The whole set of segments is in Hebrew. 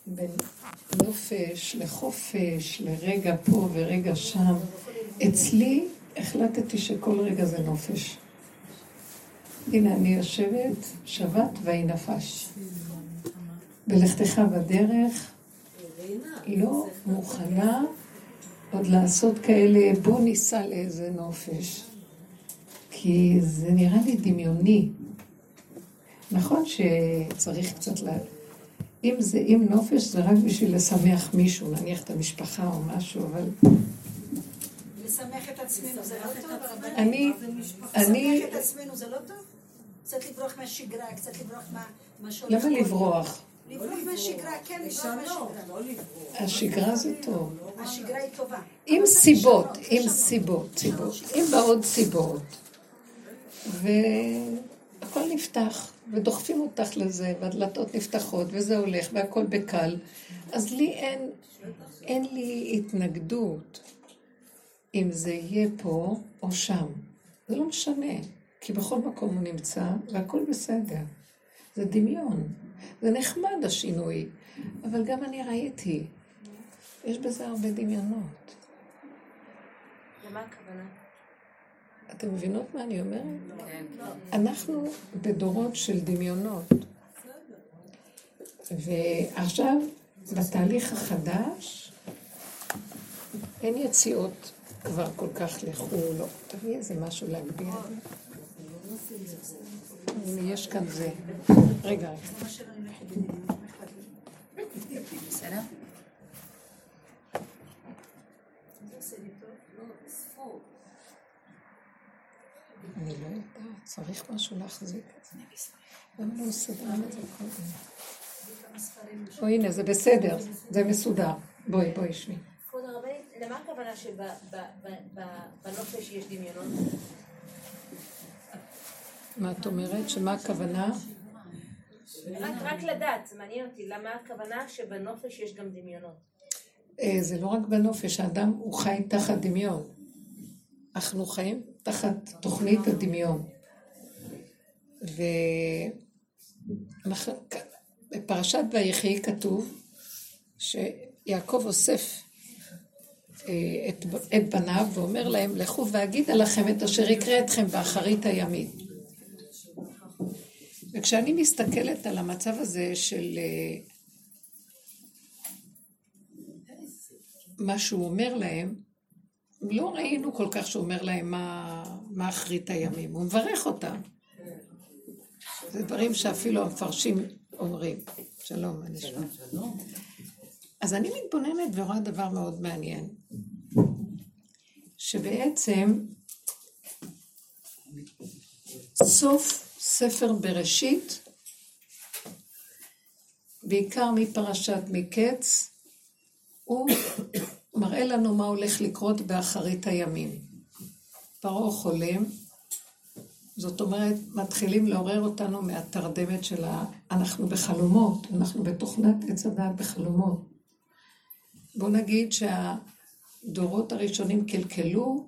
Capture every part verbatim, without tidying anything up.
בין נופש לחופש, לרגע פה ורגע שם. אצלי החלטתי שכל רגע זה נופש. הנה אני יושבת, שבת ואי נפש. בלכתך בדרך, לא מוכנה עוד לעשות כאלה, בוא ניסע לאיזה נופש. כי זה נראה לי דמיוני. נכון שצריך קצת לה... אם זה, אם נופש זה רק בשביל לשמח מישהו, נניח את המשפחה או משהו, אבל... לשמח את עצמנו זה לא טוב? אני... אני... לשמח את עצמנו זה לא טוב? קצת לברוח מהשגרה, קצת לברוח מה שהולך... למה לברוח? לברוח מהשגרה, כן, לברוח מהשגרה. השגרה זה טוב. השגרה היא טובה. עם סיבות, עם סיבות, סיבות. עם בעוד סיבות. והכל נפתח, ודוחפים אותך לזה, והדלתות נפתחות, וזה הולך, והכל בקל. אז לי אין, אין לי התנגדות אם זה יהיה פה או שם. זה לא משנה, כי בכל מקום הוא נמצא, והכל בסדר. זה דמיון. זה נחמד השינוי, אבל גם אני ראיתי, יש בזה הרבה דמיונות. למה הכוונה? אתם מבינות מה אני אומרת? כן. אנחנו בדורות של דמיונות. ועכשיו, בתהליך החדש, אין יציאות כבר כל כך לחול. לא, תביא איזה משהו להגביה. יש כאן זה. רגע. בסדר? אני לא יודעת, צריך משהו להחזיק את זה. למה לא מסדרים את זה קודם? או הנה, זה בסדר, זה מסודר. בואי, בואי, שמי. כבוד הרבנית, למה הכוונה שבנופש יש דמיונות? מה את אומרת? שמה הכוונה? רק לדעת, זה מעניין אותי, למה הכוונה שבנופש יש גם דמיונות? זה לא רק בנופש, האדם הוא חי תחת דמיון. אנחנו חיים תחת תוכנית הדמיון. ובפרשת ויחי כתוב שיעקב אוסף את, את בניו ואומר להם, לכו ואגיד עליכם את אשר יקרה אתכם באחרית הימים. וכשאני מסתכלת על המצב הזה של מה שהוא אומר להם, לא ראינו כל כך שהוא אומר להם מה, מה אחרית הימים, הוא מברך אותם. זה דברים שאפילו המפרשים אומרים. שלום, אני נשמע. אז אני מתבוננת ורואה דבר מאוד מעניין, שבעצם סוף ספר בראשית, בעיקר מפרשת מקץ, הוא מראה לנו מה הולך לקרות באחרית הימים. פרעה חולם, זאת אומרת, מתחילים לעורר אותנו מהתרדמת שלה, אנחנו בחלומות, אנחנו בתוכנת עץ הדעת בחלומות. בוא נגיד שהדורות הראשונים קלקלו,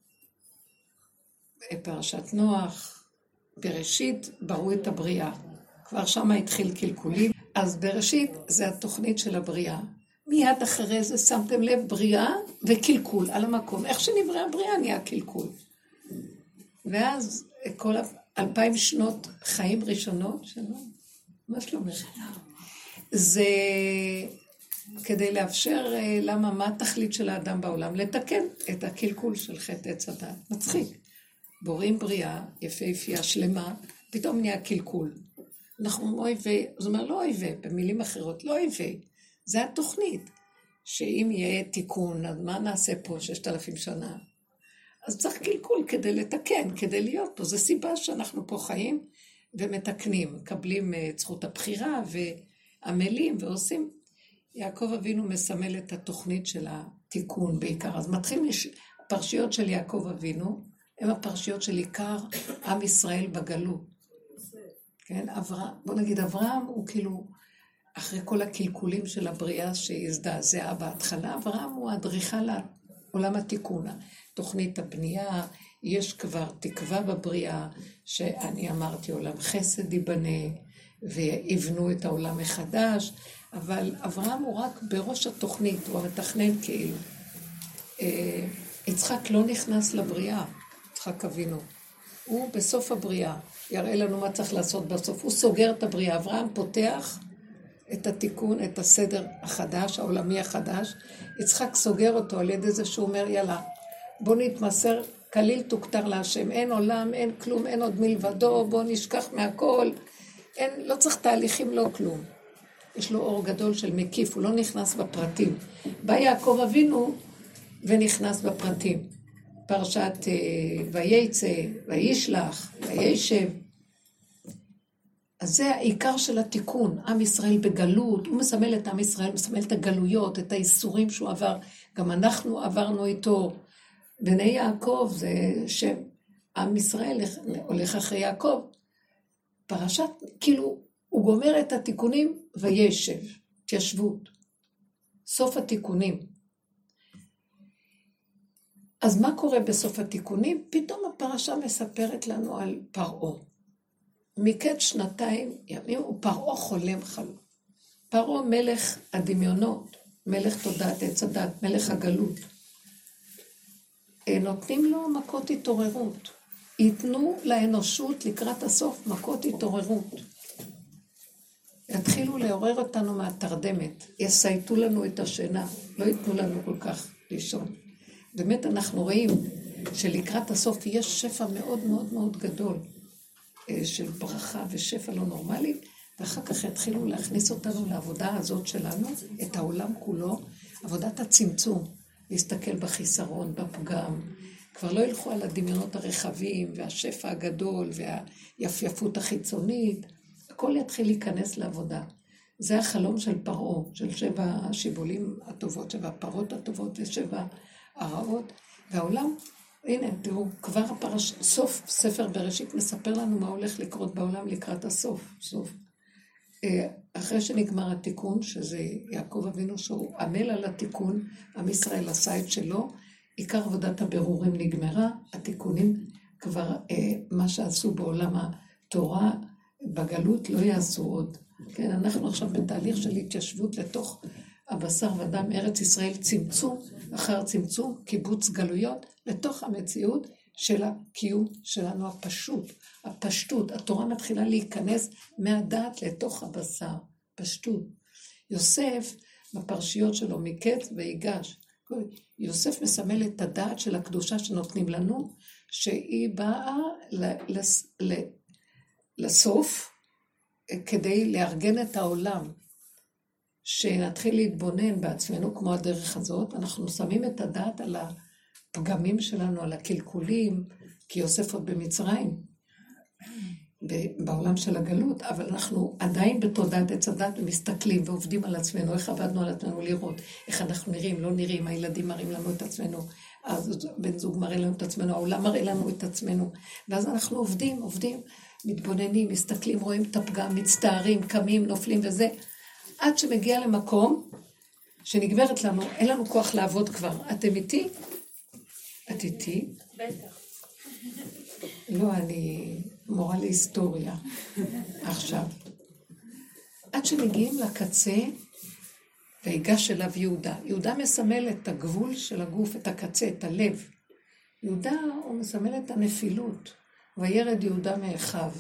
פרשת נוח, בראשית בראו את הבריאה, כבר שמה התחיל קלקולים, אז בראשית זה התוכנית של הבריאה. מיד אחרי זה שמתם לב בריאה וקלקול על המקום. איך שנבראה הבריאה נהיה קלקול. ואז כל אלפיים שנות חיים ראשונות, שלום, מה שלומך? זה כדי לאפשר למה, מה התכלית של האדם בעולם? לתקן את הקלקול של חטא עץ הדת. מצחיק. בורים בריאה, יפהפייה, שלמה, פתאום נהיה קלקול. אנחנו אומרים אויבי, זאת אומרת לא אויבי, במילים אחרות, לא אויבי. זה התוכנית, שאם יהיה תיקון, אז מה נעשה פה ששת אלפים שנה? אז צריך קלקול כדי לתקן, כדי להיות פה. זו סיבה שאנחנו פה חיים ומתקנים, מקבלים את זכות הבחירה ועמלים ועושים. יעקב אבינו מסמל את התוכנית של התיקון בעיקר. אז מתחילים פרשיות של יעקב אבינו, הם הפרשיות של עיקר עם ישראל בגלות. כן, אברהם, בוא נגיד אברהם הוא כאילו, אחרי כל הקלקולים של הבריאה שהזדעזעה בהתחלה, אברהם הוא הדריכה לעולם התיקון. תוכנית הבנייה, יש כבר תקווה בבריאה, שאני אמרתי עולם חסד ייבנה, ויבנו את העולם מחדש, אבל אברהם הוא רק בראש התוכנית, הוא המתכנן כאילו. יצחק לא נכנס לבריאה, יצחק אבינו. הוא בסוף הבריאה, יראה לנו מה צריך לעשות בסוף. הוא סוגר את הבריאה, אברהם פותח את התיקון, את הסדר החדש, העולמי החדש. יצחק סוגר אותו על ידי זה שהוא אומר, יאללה, בוא נתמסר, כליל תוכתר להשם, אין עולם, אין כלום, אין עוד מלבדו, בוא נשכח מהכל. אין, לא צריך תהליכים, לא כלום. יש לו אור גדול של מקיף, הוא לא נכנס בפרטים. בא יעקב אבינו ונכנס בפרטים. פרשת וייצא, וישלח, וישב. אז זה העיקר של התיקון. עם ישראל בגלות, הוא מסמל את עם ישראל, מסמל את הגלויות, את האיסורים שהוא עבר. גם אנחנו עברנו איתו. בני יעקב זה שם. עם ישראל הולך אחרי יעקב. פרשת, כאילו, הוא גומר את התיקונים וישב, התיישבות. סוף התיקונים. אז מה קורה בסוף התיקונים? פתאום הפרשה מספרת לנו על פרעה. מקץ שנתיים ימים הוא פרעה חולם חלום. פרעה מלך הדמיונות, מלך תודעת עץ הדת, מלך הגלות. נותנים לו מכות התעוררות. ייתנו לאנושות לקראת הסוף מכות התעוררות. יתחילו לעורר אותנו מהתרדמת, יסייטו לנו את השינה, לא ייתנו לנו כל כך לישון. באמת אנחנו רואים שלקראת הסוף יש שפע מאוד מאוד מאוד גדול של ברכה ושפע לא נורמלי, ואחר כך יתחילו להכניס אותנו לעבודה הזאת שלנו, את העולם כולו, עבודת הצמצום, להסתכל בחיסרון, בפגם, כבר לא ילכו על הדמיונות הרחבים והשפע הגדול והיפייפות החיצונית, הכל יתחיל להיכנס לעבודה. זה החלום של פרעה, של שבע השיבולים הטובות, שבע הפרות הטובות ושבע הרעות, והעולם, הנה, תראו, כבר הפרש, סוף ספר בראשית מספר לנו מה הולך לקרות בעולם לקראת הסוף, סוף. אחרי שנגמר התיקון, שזה יעקב אבינו שהוא עמל על התיקון, עם ישראל עשה את שלו, עיקר עבודת הבירורים נגמרה, התיקונים כבר, מה שעשו בעולם התורה, בגלות לא יעשו עוד. כן, אנחנו עכשיו בתהליך של התיישבות לתוך הבשר ודם ארץ ישראל, צמצום אחר צמצום, קיבוץ גלויות, לתוך המציאות של הקיום שלנו הפשוט, הפשטות. התורה מתחילה להיכנס מהדעת לתוך הבשר, פשטות. יוסף, בפרשיות שלו מקץ ויגש, יוסף מסמל את הדעת של הקדושה שנותנים לנו, שהיא באה לסוף, כדי לארגן את העולם, שנתחיל להתבונן בעצמנו כמו הדרך הזאת, אנחנו שמים את הדעת על הפגמים שלנו, על הקלקולים, כי יוסף עוד במצרים, בעולם של הגלות, אבל אנחנו עדיין בתודעת עץ הדת ומסתכלים ועובדים על עצמנו, איך עבדנו על עצמנו לראות, איך אנחנו נראים, לא נראים, הילדים מראים לנו את עצמנו, אז בן זוג מראה לנו את עצמנו, העולם מראה לנו את עצמנו, ואז אנחנו עובדים, עובדים, מתבוננים, מסתכלים, רואים את הפגם, מצטערים, קמים, נופלים וזה, עד שמגיע למקום שנגמרת לנו, אין לנו כוח לעבוד כבר. אתם איתי? את איתי? בטח. לא, אני מורה להיסטוריה עכשיו. עד שמגיעים לקצה, ויגש אליו יהודה. יהודה מסמל את הגבול של הגוף, את הקצה, את הלב. יהודה הוא מסמל את הנפילות. וירד יהודה מאחיו.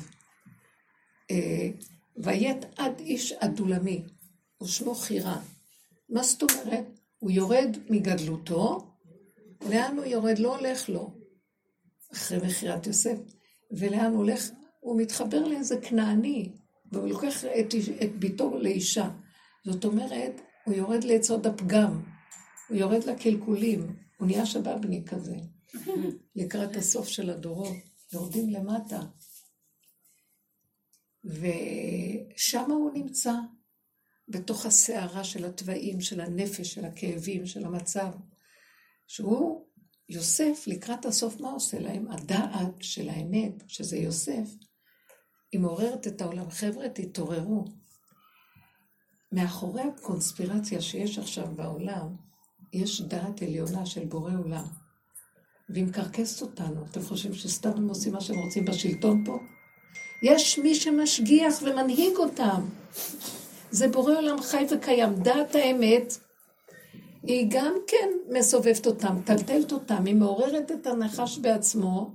ויית עד איש עדולמי. ושמו חירה. מה זאת אומרת? הוא יורד מגדלותו, לאן הוא יורד? לא הולך לו. אחרי מחירת יוסף. ולאן הוא הולך? הוא מתחבר לאיזה כנעני, והוא לוקח את, את ביתו לאישה. זאת אומרת, הוא יורד ליצוד הפגם, הוא יורד לקלקולים, הוא נהיה שבבני כזה. לקראת הסוף של הדורות, יורדים למטה. ושם הוא נמצא, בתוך הסערה של הטבעים, של הנפש, של הכאבים, של המצב, שהוא, יוסף, לקראת הסוף, מה עושה להם? הדעת של האמת, שזה יוסף, היא מעוררת את העולם. חבר'ה, תתעוררו. מאחורי הקונספירציה שיש עכשיו בעולם, יש דעת עליונה של בורא עולם, והיא מקרקסת אותנו. אתם חושבים שסתם הם עושים מה שהם רוצים בשלטון פה? יש מי שמשגיח ומנהיג אותם. זה בורא עולם חי וקיים. דעת האמת, היא גם כן מסובבת אותם, טלטלת אותם, היא מעוררת את הנחש בעצמו,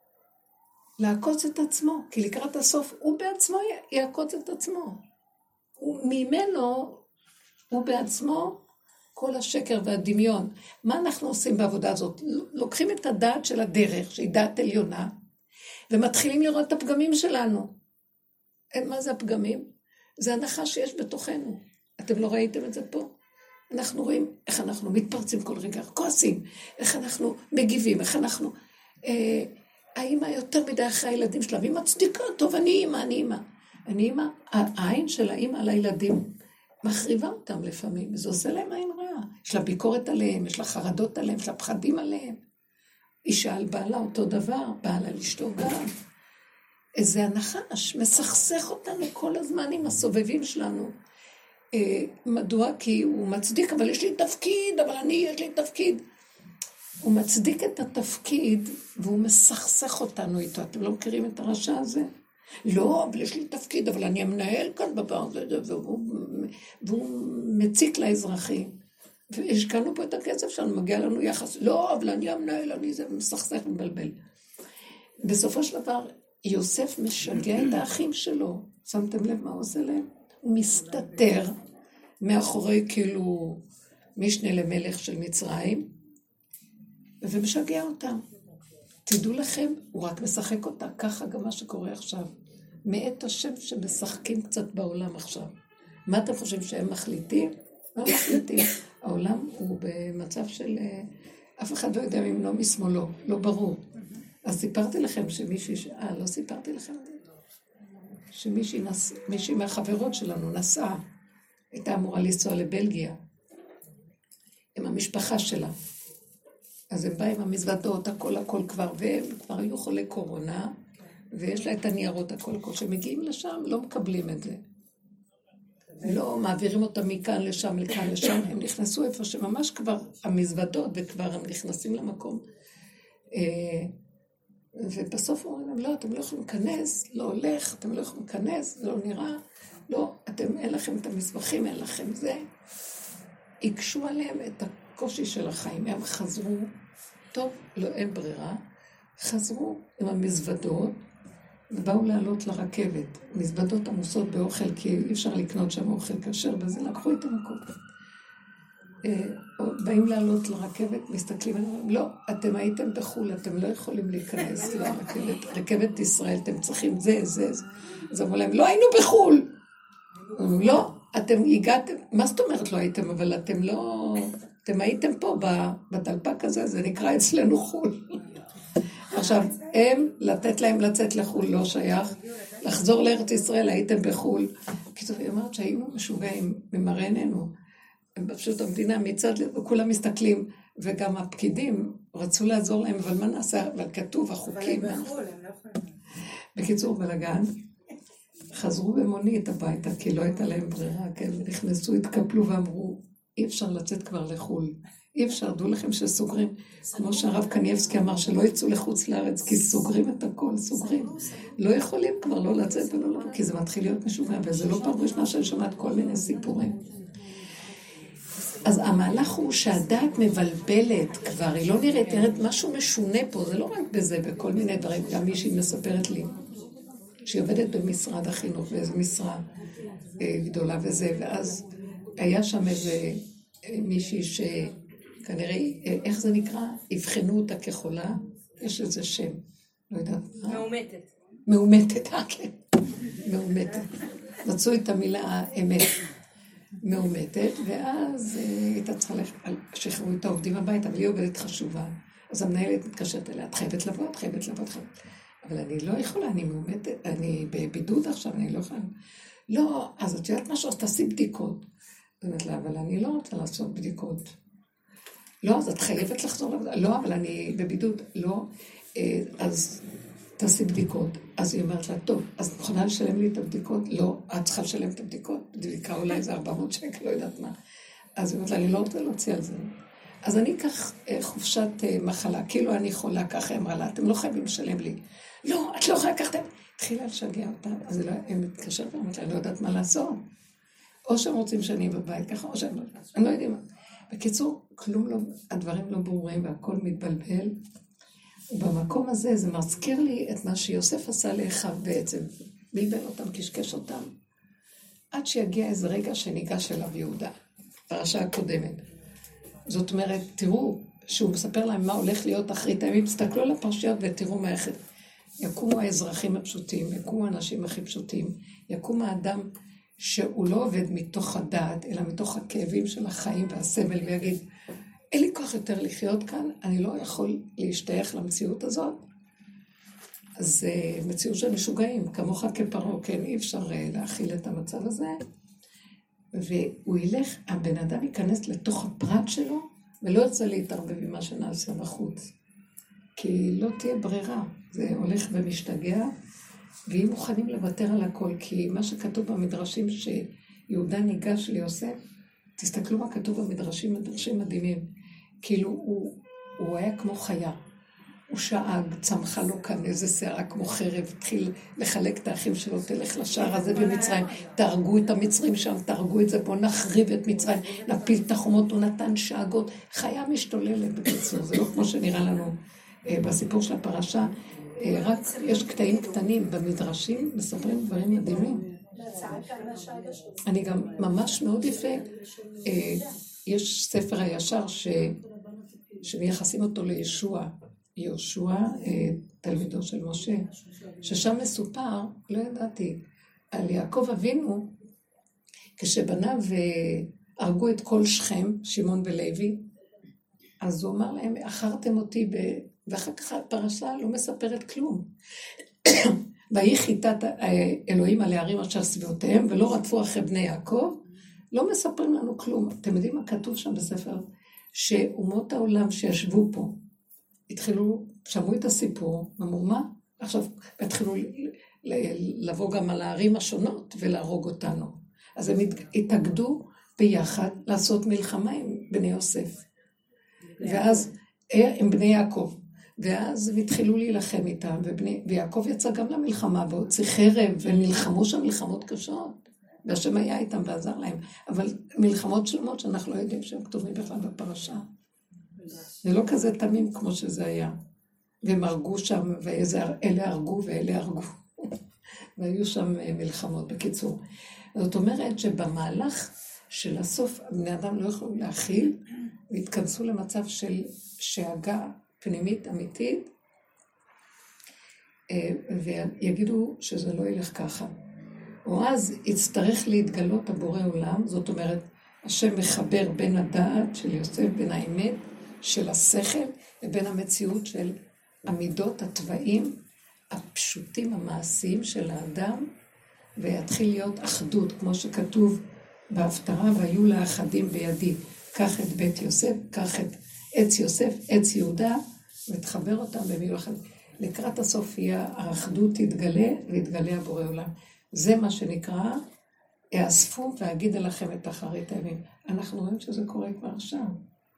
לעקוץ את עצמו, כי לקראת הסוף הוא בעצמו יעקוץ את עצמו. ממנו, הוא בעצמו, כל השקר והדמיון. מה אנחנו עושים בעבודה הזאת? לוקחים את הדעת של הדרך, שהיא דעת עליונה, ומתחילים לראות את הפגמים שלנו. מה זה הפגמים? זה הנחה שיש בתוכנו. אתם לא ראיתם את זה פה? אנחנו רואים איך אנחנו מתפרצים כל רגע, כועסים, איך אנחנו מגיבים, איך אנחנו... אה, האמא יותר מדי אחרי הילדים שלה, והיא מצדיקה, טוב, אני אמא, אני אמא. אני אמא, העין של האמא על הילדים מחריבה אותם לפעמים, וזה עושה להם עין רעה. יש לה ביקורת עליהם, יש לה חרדות עליהם, יש לה פחדים עליהם. אישה על בעלה אותו דבר, בעלה לשתו גם. איזה הנחש, מסכסך אותנו כל הזמן עם הסובבים שלנו. אה, מדוע? כי הוא מצדיק, אבל יש לי תפקיד, אבל אני, יש לי תפקיד. הוא מצדיק את התפקיד, והוא מסכסך אותנו איתו. אתם לא מכירים את הרשע הזה? לא, אבל יש לי תפקיד, אבל אני המנהל כאן בבר, והוא, והוא מציק לאזרחים. והשקענו פה את הכסף שלנו, מגיע לנו יחס. לא, אבל אני המנהל, אני זה מסכסך ומבלבל. בסופו של דבר, יוסף משגע את האחים שלו. שמתם לב מה הוא עושה להם? הוא מסתתר מאחורי כאילו משנה למלך של מצרים, ומשגע אותם. תדעו לכם, הוא רק משחק אותה, ככה גם מה שקורה עכשיו. מאת השם שמשחקים קצת בעולם עכשיו. מה אתם חושבים שהם מחליטים? מה מחליטים? העולם הוא במצב של... אף אחד לא יודע אם לא משמאלו, לא ברור. אז סיפרתי לכם שמישהי... אה, לא סיפרתי לכם? שמישהי נס... מישהי מהחברות שלנו נסעה, הייתה אמורה לנסוע לבלגיה, עם המשפחה שלה. אז הם באים עם המזוודות, הכל הכל כבר, והם כבר היו חולי קורונה, ויש לה את הניירות הכל הכל, שמגיעים לשם, לא מקבלים את זה. לא מעבירים אותם מכאן לשם, לכאן לשם, הם נכנסו איפה שממש כבר המזוודות, וכבר הם נכנסים למקום. ובסוף אומרים להם, לא, אתם לא יכולים להיכנס, לא הולך, אתם לא יכולים להיכנס, זה לא נראה, לא, אתם, אין לכם את המסמכים, אין לכם זה. הקשו עליהם את הקושי של החיים, הם חזרו, טוב, לא, אין ברירה, חזרו עם המזוודות, ובאו לעלות לרכבת, מזוודות עמוסות באוכל, כי אי אפשר לקנות שם אוכל כשר, וזה לקחו את המקום. באים לעלות לרכבת, מסתכלים עליהם, לא, אתם הייתם בחול, אתם לא יכולים להיכנס לרכבת, רכבת ישראל, אתם צריכים זה, זה, זה. אז אמרו להם, לא היינו בחול. לא, אתם הגעתם, מה זאת אומרת לא הייתם, אבל אתם לא, אתם הייתם פה בדלפק הזה, זה נקרא אצלנו חול. עכשיו, הם, לתת להם לצאת לחול לא שייך, לחזור לארץ ישראל, הייתם בחול. כי זאת אומרת שהיינו משוגעים ממראה עינינו. פשוט המדינה מצד, וכולם מסתכלים, וגם הפקידים רצו לעזור להם, אבל מה נעשה? אבל כתוב, החוקים. אבל הם בחול, הם לא יכולים. בקיצור, בלגן, חזרו במונית הביתה, כי לא הייתה להם ברירה, כן, ונכנסו, התקפלו ואמרו, אי אפשר לצאת כבר לחול. אי אפשר, דעו לכם שסוגרים, כמו שהרב קניאבסקי אמר, שלא יצאו לחוץ לארץ, כי סוגרים את הכל, סוגרים. לא יכולים כבר לא לצאת ולא לבוא, כי זה מתחיל להיות משוגע, וזה לא פעם ראשונה שאני שומעת כל מיני סיפורים. אז המהלך הוא שהדעת מבלבלת כבר, היא לא נראית, נראית משהו משונה פה, זה לא רק בזה, בכל מיני דברים, גם מישהי מספרת לי, שהיא עובדת במשרד החינוך, באיזו משרה אה, גדולה וזה, ואז היה שם איזה אה, מישהי שכנראה, אה, איך זה נקרא? הבחנו אותה כחולה, יש איזה שם, לא יודעת. מאומתת. מאומתת, אה כן, מאומתת. מצאו את המילה אמת. מאומתת, ואז הייתה צריכה לשחררו את העובדים הביתה, אבל היא עובדת חשובה. אז המנהלת מתקשרת אליה, את חייבת לבוא, את חייבת לבוא, את חייבת. אבל אני לא יכולה, אני מאומתת, אני בבידוד עכשיו, אני לא יכולה. לא, אז את יודעת משהו, אז תעשי בדיקות. אני אומרת לה, אבל אני לא רוצה לעשות בדיקות. לא, אז את חייבת לחזור לעבודה. לא, אבל אני בבידוד. לא, אז תעשי בדיקות. אז היא אומרת לה, טוב, אז את יכולה לשלם לי את הבדיקות? לא, את צריכה לשלם את הבדיקות. בדיקה אולי זה ארבע מאות שקל, לא יודעת מה. אז היא אומרת לה, אני לא רוצה להוציא על זה. אז אני אקח חופשת מחלה, כאילו אני חולה, ככה אמרה לה, אתם לא חייבים לשלם לי. לא, את לא יכולה לקחת, התחילה לשגע אותה, אז היא מתקשרת ואומרת לה, אני לא יודעת מה לעשות. או שהם רוצים שאני בבית ככה, או שהם לא יודעת, אני לא יודעת מה. בקיצור, כלום לא, הדברים לא ברורים והכל מתבלבל. ובמקום הזה זה מזכיר לי את מה שיוסף עשה לאחיו בעצם. בלבל אותם, קשקש אותם. עד שיגיע איזה רגע שניגש אליו יהודה, פרשה הקודמת. זאת אומרת, תראו שהוא מספר להם מה הולך להיות אחרית הימים, תסתכלו על הפרשיות ותראו מה איך. יקומו האזרחים הפשוטים, יקומו האנשים הכי פשוטים, יקום האדם שהוא לא עובד מתוך הדעת, אלא מתוך הכאבים של החיים והסבל, ויגיד, אין לי כוח יותר לחיות כאן, אני לא יכול להשתייך למציאות הזאת. אז uh, מציאות של משוגעים, כמוך כפרעה, כן, אי אפשר uh, להכיל את המצב הזה. והוא ילך, הבן אדם ייכנס לתוך הפרט שלו, ולא ירצה להתערבב עם מה שנעשה בחוץ. כי לא תהיה ברירה, זה הולך ומשתגע, ואם מוכנים לוותר על הכל, כי מה שכתוב במדרשים שיהודה ניגש ליוסף, תסתכלו מה כתוב במדרשים, מדרשים מדהימים, כאילו הוא, הוא היה כמו חיה, הוא שאג, צמחה לו כאן איזה שערה כמו חרב, התחיל לחלק את האחים שלו, תלך לשער הזה במצרים, תהרגו את המצרים שם, תהרגו את זה, בואו נחריב את מצרים, נפיל את החומות, הוא נתן שאגות, חיה משתוללת בקיצור, זה לא כמו שנראה לנו בסיפור של הפרשה, רק יש קטעים קטנים במדרשים, מספרים דברים מדהימים. אני גם ממש מאוד יפה, יש ספר הישר שמייחסים אותו לישוע, יהושע, תלמידו של משה, ששם מסופר, לא ידעתי, על יעקב אבינו, כשבניו הרגו את כל שכם, שמעון ולוי, אז הוא אמר להם, אחרתם אותי, ב... ואחר כך הפרשה לא מספרת כלום. ויהי חיטת אלוהים על הערים אשר סביבותיהם, ולא רדפו אחרי בני יעקב, לא מספרים לנו כלום. אתם יודעים מה כתוב שם בספר? שאומות העולם שישבו פה, התחילו, שמעו את הסיפור, אמרו מה? עכשיו התחילו לבוא גם על הערים השונות ולהרוג אותנו. אז הם התאגדו ביחד לעשות מלחמה עם בני יוסף. ואז הם בני יעקב. ואז הם התחילו להילחם איתם, ובני, ויעקב יצא גם למלחמה, והוציא חרב, ונלחמו שם מלחמות קשות. והשם היה איתם ועזר להם. אבל מלחמות שלמות שאנחנו לא יודעים שהם כתובים בכלל בפרשה. זה לא כזה תמים כמו שזה היה. והם הרגו שם, ואלה הרגו ואלה הרגו. והיו שם מלחמות, בקיצור. זאת אומרת שבמהלך של הסוף, בני אדם לא יכולו להכיל, והתכנסו למצב של שאגה פנימית אמיתית, ויגידו שזה לא ילך ככה. או אז יצטרך להתגלות הבורא עולם, זאת אומרת, השם מחבר בין הדעת של יוסף, בין האמת של השכל, לבין המציאות של המידות, הטבעים, הפשוטים, המעשיים של האדם, ויתחיל להיות אחדות, כמו שכתוב בהפטרה, והיו לאחדים בידי, קח את בית יוסף, קח את עץ יוסף, עץ יהודה, ותחבר אותם במילה אחת. לקראת הסוף יהיה האחדות תתגלה, ויתגלה הבורא עולם. זה מה שנקרא, יאספו ואגיד לכם את אחרית הימים. אנחנו רואים שזה קורה כבר עכשיו.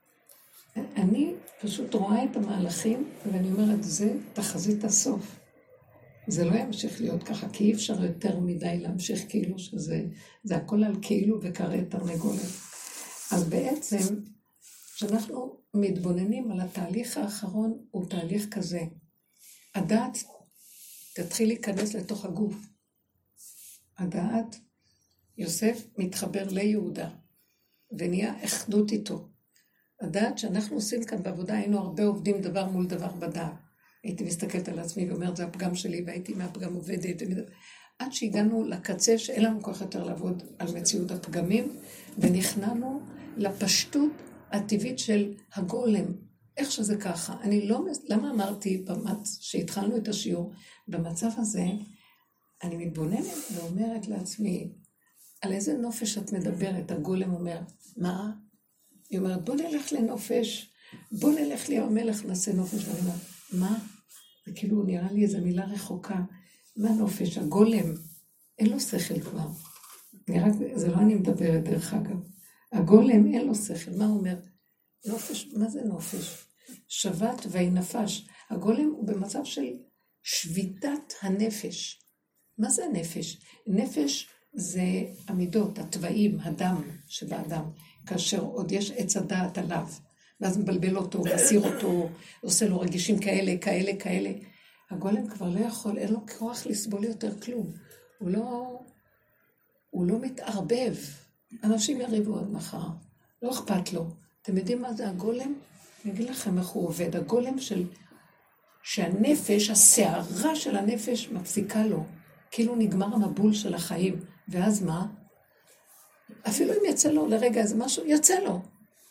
אני פשוט רואה את המהלכים, ואני אומרת, זה תחזית הסוף. זה לא ימשיך להיות ככה, כי אי אפשר יותר מדי להמשיך כאילו שזה, זה הכל על כאילו וקרא תרנגולת. אז בעצם, כשאנחנו מתבוננים על התהליך האחרון, הוא תהליך כזה. הדעת תתחיל להיכנס לתוך הגוף. הדעת, יוסף מתחבר ליהודה, ונהיה אחדות איתו. הדעת שאנחנו עושים כאן בעבודה, היינו הרבה עובדים דבר מול דבר בדעת. הייתי מסתכלת על עצמי ואומרת, זה הפגם שלי, והייתי מהפגם עובדת. עד שהגענו לקצה שאין לנו כוח יותר לעבוד על מציאות הפגמים, ונכנענו לפשטות הטבעית של הגולם. איך שזה ככה? אני לא, למה אמרתי במצ... שהתחלנו את השיעור, במצב הזה, אני מתבוננת ואומרת לעצמי, על איזה נופש את מדברת? הגולם אומר, מה? היא אומרת, בוא נלך לנופש, בוא נלך לי המלך, נעשה נופש. ואני אומרת, מה? זה כאילו נראה לי איזו מילה רחוקה. מה נופש? הגולם, אין לו שכל כבר. רק, זה לא אני מדברת דרך אגב. הגולם אין לו שכל. מה הוא אומר? נופש, מה זה נופש? שבת והנפש. הגולם הוא במצב של שביטת הנפש. מה זה הנפש? נפש זה המידות, הטבעים, הדם שבאדם, כאשר עוד יש עץ הדעת עליו, ואז מבלבל אותו, מסיר אותו, עושה לו רגישים כאלה, כאלה, כאלה. הגולם כבר לא יכול, אין לו כוח לסבול יותר כלום. הוא לא, הוא לא מתערבב. אנשים יריבו עד מחר, לא אכפת לו. אתם יודעים מה זה הגולם? אני אגיד לכם איך הוא עובד. הגולם של, שהנפש, השערה של הנפש מפסיקה לו. כאילו נגמר המבול של החיים. ואז מה? אפילו אם יצא לו לרגע איזה משהו, יצא לו.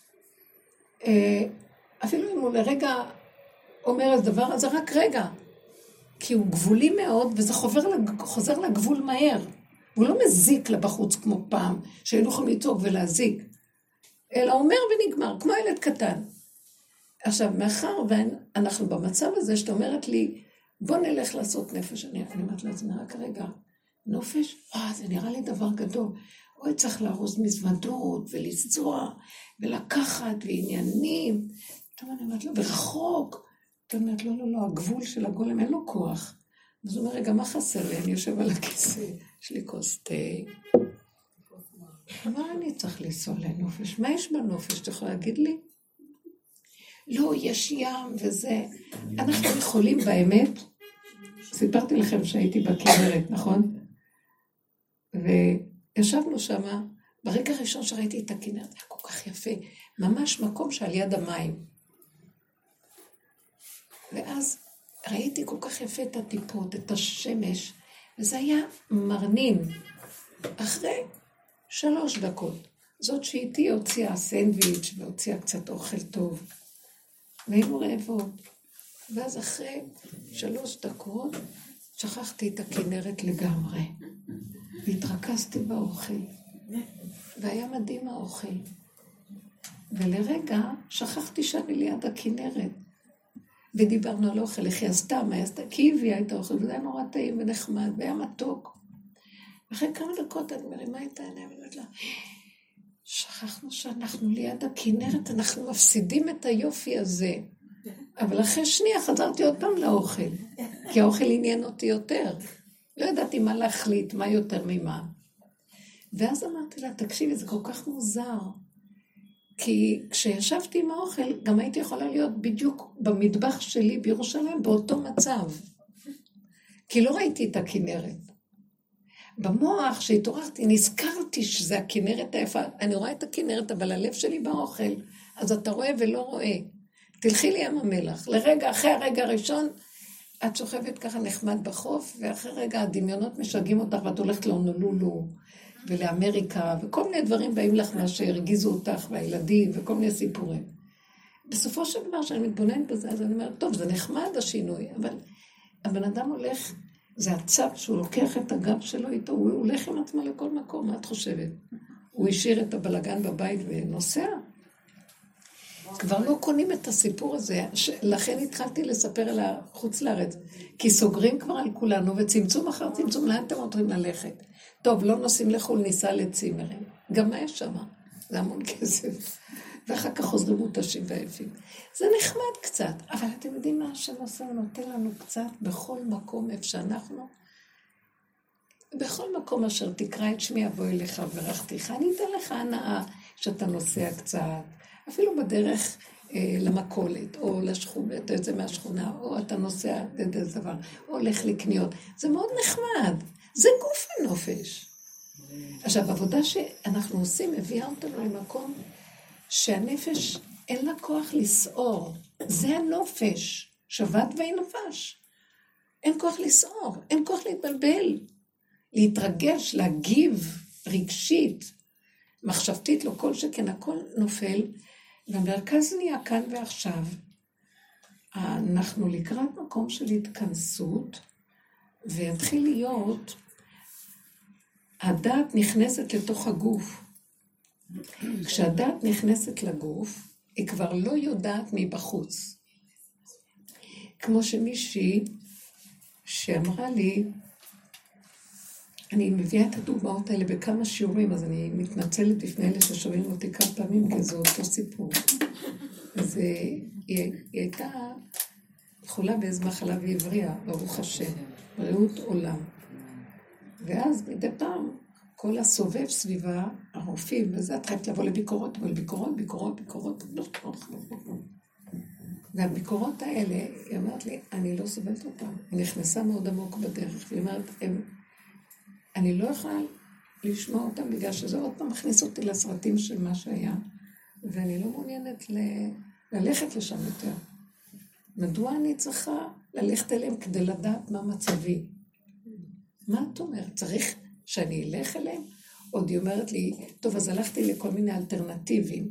אפילו אם הוא לרגע אומר איזה דבר, אז זה רק רגע. כי הוא גבולי מאוד, וזה חוזר, חוזר לגבול מהר. הוא לא מזיק לבחוץ כמו פעם, שהיינו יכולים לצעוק ולהזיק. אלא אומר ונגמר, כמו ילד קטן. עכשיו, מאחר ואנחנו במצב הזה, שאת אומרת לי, בוא נלך לעשות נפש. אני אומרת לעצמי, רק רגע, נופש? אה, זה נראה לי דבר גדול. אוי, צריך לארוז מזוודות ולסזוע ולקחת ועניינים. טוב, אני אומרת לו, ורחוק. אתה אומרת, לא, לא, לא, הגבול של הגולם אין לו כוח. אז הוא אומר, רגע, מה חסר לי? אני יושב על הכיסא, יש לי כוס תה. מה אני צריך לנסוע לנופש? מה יש בנופש? אתה יכול להגיד לי? לא, יש ים וזה. אנחנו יכולים באמת, סיפרתי לכם שהייתי בכנרת, נכון? וישבנו שם, ברגע הראשון שראיתי את הכנרת, היה כל כך יפה, ממש מקום שעל יד המים. ואז ראיתי כל כך יפה את הטיפות, את השמש, וזה היה מרנין. אחרי שלוש דקות, זאת שאיתי הוציאה סנדוויץ' והוציאה קצת אוכל טוב. והיינו רעבות. ואז אחרי שלוש דקות, שכחתי את הכנרת לגמרי. והתרכזתי באוכל. והיה מדהים האוכל. ולרגע שכחתי שאני ליד הכנרת. ודיברנו על אוכל, איך היא עשתה, מה היא עשתה, כי היא הביאה את האוכל, וזה היה נורא טעים ונחמד, והיה מתוק. ואחרי כמה דקות אני מרימה את העיניים, ואני אומרת לה, שכחנו שאנחנו ליד הכנרת, אנחנו מפסידים את היופי הזה. אבל אחרי שנייה חזרתי עוד פעם לאוכל, כי האוכל עניין אותי יותר. לא ידעתי מה להחליט, מה יותר ממה. ואז אמרתי לה, תקשיבי, זה כל כך מוזר. כי כשישבתי עם האוכל, גם הייתי יכולה להיות בדיוק במטבח שלי בירושלים, באותו מצב. כי לא ראיתי את הכנרת. במוח שהתעוררתי, נזכרתי שזה הכנרת היפה. אני רואה את הכנרת, אבל הלב שלי באוכל, אז אתה רואה ולא רואה. תלכי לי ים המלח. לרגע, אחרי הרגע הראשון, את שוכבת ככה נחמד בחוף, ואחרי רגע הדמיונות משגעים אותך, ואת הולכת להונולולו, ולאמריקה, וכל מיני דברים באים לך מה שהרגיזו אותך, והילדים, וכל מיני סיפורים. בסופו של דבר, שאני מתבוננת בזה, אז אני אומרת, טוב, זה נחמד השינוי, אבל הבן אדם הולך, זה הצו שהוא לוקח את הגב שלו איתו, הוא הולך עם עצמו לכל מקום, מה את חושבת? הוא השאיר את הבלגן בבית ונוסע? כבר לא קונים את הסיפור הזה, לכן התחלתי לספר על החוץ לארץ, כי סוגרים כבר על כולנו, וצמצום אחר צמצום, לאן אתם רוצים ללכת? טוב, לא נוסעים לחול, ניסע לצימרים. גם מה יש שם? זה המון כסף. ואחר כך חוזרים מותשים ועייפים. זה נחמד קצת, אבל אתם יודעים מה השם עושה? הוא נותן לנו קצת בכל מקום איפה שאנחנו. בכל מקום אשר תקרא את שמי אבוא אליך וברכתיך, אני אתן לך הנאה שאתה נוסע קצת, אפילו בדרך אה, למכולת, או לשכונה, אתה יוצא מהשכונה, או אתה נוסע איזה דבר, או הולך לקניות. זה מאוד נחמד. זה גוף הנופש. עכשיו, העבודה שאנחנו עושים הביאה אותנו למקום שהנפש אין לה כוח לסעור. זה הנופש, שבת ואין נפש. אין כוח לסעור, אין כוח להתבלבל, להתרגש, להגיב רגשית, מחשבתית, לא כל שכן, הכל נופל, והמרכז נהיה כאן ועכשיו. אנחנו לקראת מקום של התכנסות, ויתחיל להיות, הדעת נכנסת לתוך הגוף. כשהדעת נכנסת לגוף, היא כבר לא יודעת מבחוץ. כמו שמישהי שאמרה לי, אני מביאה את הדוגמאות האלה בכמה שיעורים, אז אני מתנצלת בפני אלה ששומעים אותי כמה פעמים, כי זה אותו סיפור. אז היא, היא הייתה חולה באיזו מחלה והבריאה, ברוך השם, בריאות עולם. ואז מדי פעם, כל הסובב סביבה, הרופאים, וזה, את חייבת לבוא לביקורות, אבל ביקורות, ביקורות, ביקורות, והביקורות האלה, היא אמרת לי, אני לא סובלת אותם. היא נכנסה מאוד עמוק בדרך, והיא אומרת, הם, אני לא יכולה לשמוע אותם, בגלל שזה עוד פעם מכניס אותי לסרטים של מה שהיה, ואני לא מעוניינת ל... ללכת לשם יותר. מדוע אני צריכה ללכת אליהם כדי לדעת מה מצבי? מה את אומרת? צריך שאני אלך אליהם? עוד היא אומרת לי, טוב, אז הלכתי לכל מיני אלטרנטיבים,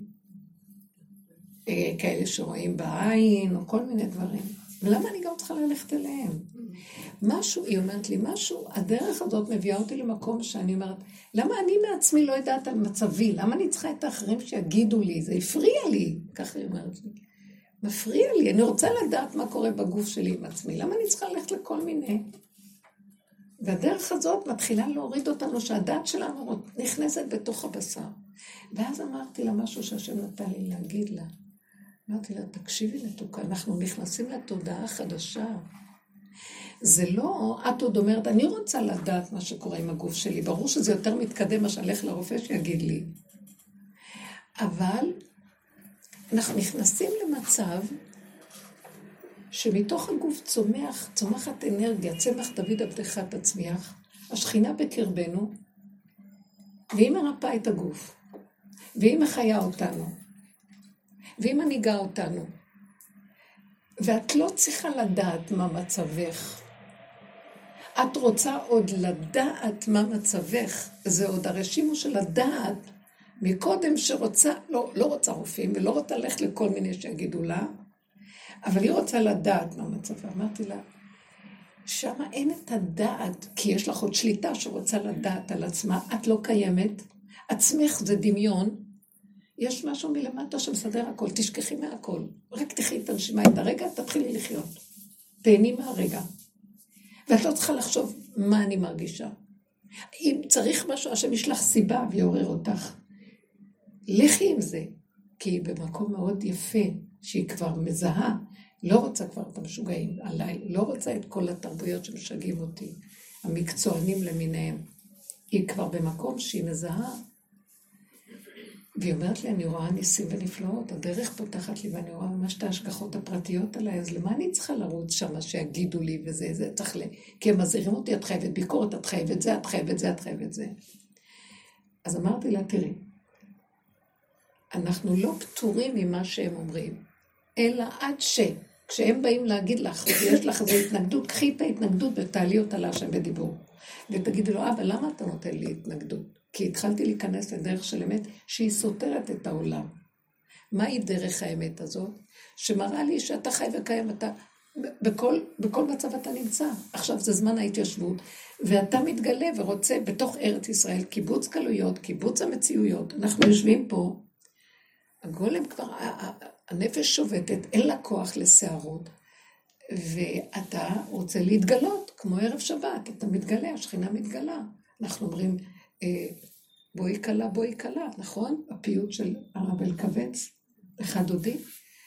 כאלה שרואים בעין, או כל מיני דברים. ולמה אני גם צריכה ללכת אליהם? משהו, היא אומרת לי, משהו, הדרך הזאת מביאה אותי למקום שאני אומרת, למה אני מעצמי לא יודעת על מצבי? למה אני צריכה את האחרים שיגידו לי? זה הפריע לי, ככה היא אומרת לי. מפריע לי, אני רוצה לדעת מה קורה בגוף שלי עם עצמי. למה אני צריכה ללכת לכל מיני? והדרך הזאת מתחילה להוריד אותנו, שהדעת שלנו נכנסת בתוך הבשר. ואז אמרתי לה משהו שהשם נתן לי להגיד לה. אמרתי לה, תקשיבי מתוקה, אנחנו נכנסים לתודעה חדשה. זה לא, את עוד אומרת, אני רוצה לדעת מה שקורה עם הגוף שלי. ברור שזה יותר מתקדם מה שהלך לרופא שיגיד לי. אבל אנחנו נכנסים למצב שמתוך הגוף צומח, צומחת אנרגיה, צמח דוד עבדך תצמיח, השכינה בקרבנו, והיא מרפאה את הגוף, והיא מחיה אותנו, והיא מנהיגה אותנו. ואת לא צריכה לדעת מה מצבך. את רוצה עוד לדעת מה מצבך. זה עוד הרשימו של הדעת, מקודם שרוצה, לא, לא רוצה רופאים, ולא רוצה ללכת לכל מיני שיגידו לה, אבל היא רוצה לדעת מה מצבה. אמרתי לה, שמה אין את הדעת, כי יש לך עוד שליטה שרוצה לדעת על עצמה, את לא קיימת, עצמך זה דמיון, יש משהו מלמטה שמסדר הכל, תשכחי מהכל, רק תחי את הנשימה את הרגע, תתחילי לחיות, תהני מהרגע, ואת לא צריכה לחשוב מה אני מרגישה. אם צריך משהו, השם ישלח סיבה ויעורר אותך, לכי עם זה, כי היא במקום מאוד יפה, שהיא כבר מזהה, לא רוצה כבר את המשוגעים עליי, לא רוצה את כל התרבויות שמשגעים אותי, המקצוענים למיניהם. היא כבר במקום שהיא מזהה, והיא אומרת לי, אני רואה ניסים ונפלאות, הדרך פותחת לי, ואני רואה ממש את ההשגחות הפרטיות עליי, אז למה אני צריכה לרוץ שם שיגידו לי וזה, זה צריך ל... כי הם מזהירים אותי, את חייבת ביקורת, את חייבת זה, את חייבת זה, את חייבת זה. אז אמרתי לה, תראי, אנחנו לא פטורים ממה שהם אומרים, אלא עד ש... כשהם באים להגיד לך, ויש לך איזו התנגדות, קחי את ההתנגדות ותעלי אותה להשם בדיבור. ותגידי לו, אבא, למה אתה נותן לי התנגדות? כי התחלתי להיכנס לדרך של אמת שהיא סותרת את העולם. מהי דרך האמת הזאת? שמראה לי שאתה חי וקיים, אתה, בכל, בכל מצב אתה נמצא. עכשיו זה זמן ההתיישבות, ואתה מתגלה ורוצה בתוך ארץ ישראל, קיבוץ גלויות, קיבוץ המציאויות. אנחנו יושבים פה, הגולם כבר, הנפש שובתת, אין לה כוח לסערות, ואתה רוצה להתגלות, כמו ערב שבת, אתה מתגלה, השכינה מתגלה. אנחנו אומרים, בואי קלה, בואי קלה, נכון? הפיוט של הרב אלקבץ, אחד דודי.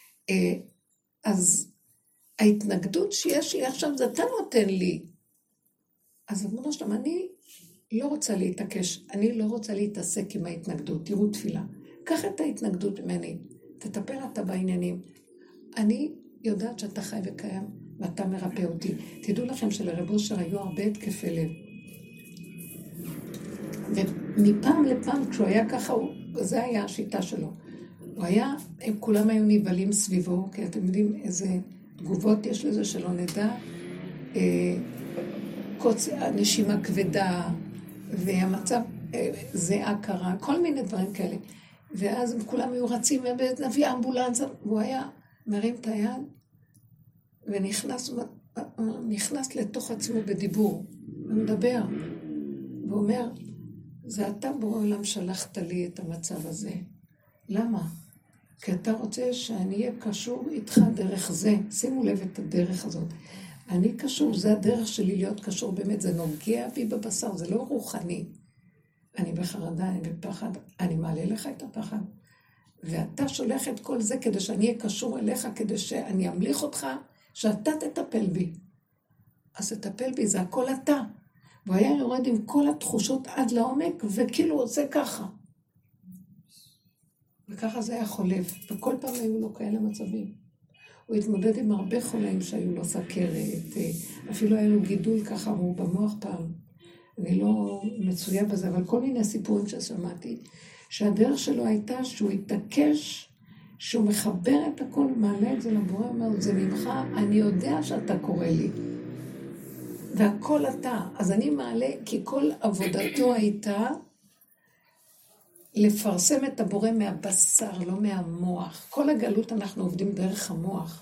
אז ההתנגדות שיש לי עכשיו, זה אתה נותן לי. אז אמרו שלום, אני לא רוצה להתעקש, אני לא רוצה להתעסק עם ההתנגדות, תראו תפילה. קח את ההתנגדות ממני, תטפל אתה בעניינים. אני יודעת שאתה חי וקיים, ואתה מרפא אותי. תדעו לכם שלרב אושר היו הרבה התקפי לב. ומפעם לפעם, כשהוא היה ככה, זה היה השיטה שלו. הוא היה, הם כולם היו ניבלים סביבו, כי אתם יודעים איזה תגובות יש לזה שלא נדע. אה, קוץ, נשימה כבדה, והמצב, אה, זה הכרה, כל מיני דברים כאלה. ואז הם כולם היו רצים, ונביא אמבולנס, והוא היה מרים את היד, ונכנס נכנס לתוך עצמו בדיבור, ומדבר, ואומר, זה אתה בעולם שלחת לי את המצב הזה. למה? כי אתה רוצה שאני אהיה קשור איתך דרך זה. שימו לב את הדרך הזאת. אני קשור, זה הדרך שלי להיות קשור באמת, זה נוגע בי בבשר, זה לא רוחני. אני בחרדה, אני בפחד, אני מעלה לך את הפחד. ואתה שולח את כל זה כדי שאני אהיה קשור אליך, כדי שאני אמליך אותך, שאתה תטפל בי. אז תטפל בי, זה הכל אתה. והוא היה יורד עם כל התחושות עד לעומק, וכאילו הוא עושה ככה. וככה זה היה חולף, וכל פעם היו לו כאלה מצבים. הוא התמודד עם הרבה חולים שהיו לו סכרת, אפילו היה לו גידול ככה, הוא במוח פעם. אני לא מצויה בזה, אבל כל מיני סיפורים ששמעתי, שהדרך שלו הייתה שהוא התעקש, שהוא מחבר את הכל, מעלה את זה לבורא, אומר, זה ממך, אני יודע שאתה קורא לי. והכל אתה. אז אני מעלה, כי כל עבודתו הייתה לפרסם את הבורא מהבשר, לא מהמוח. כל הגלות אנחנו עובדים דרך המוח.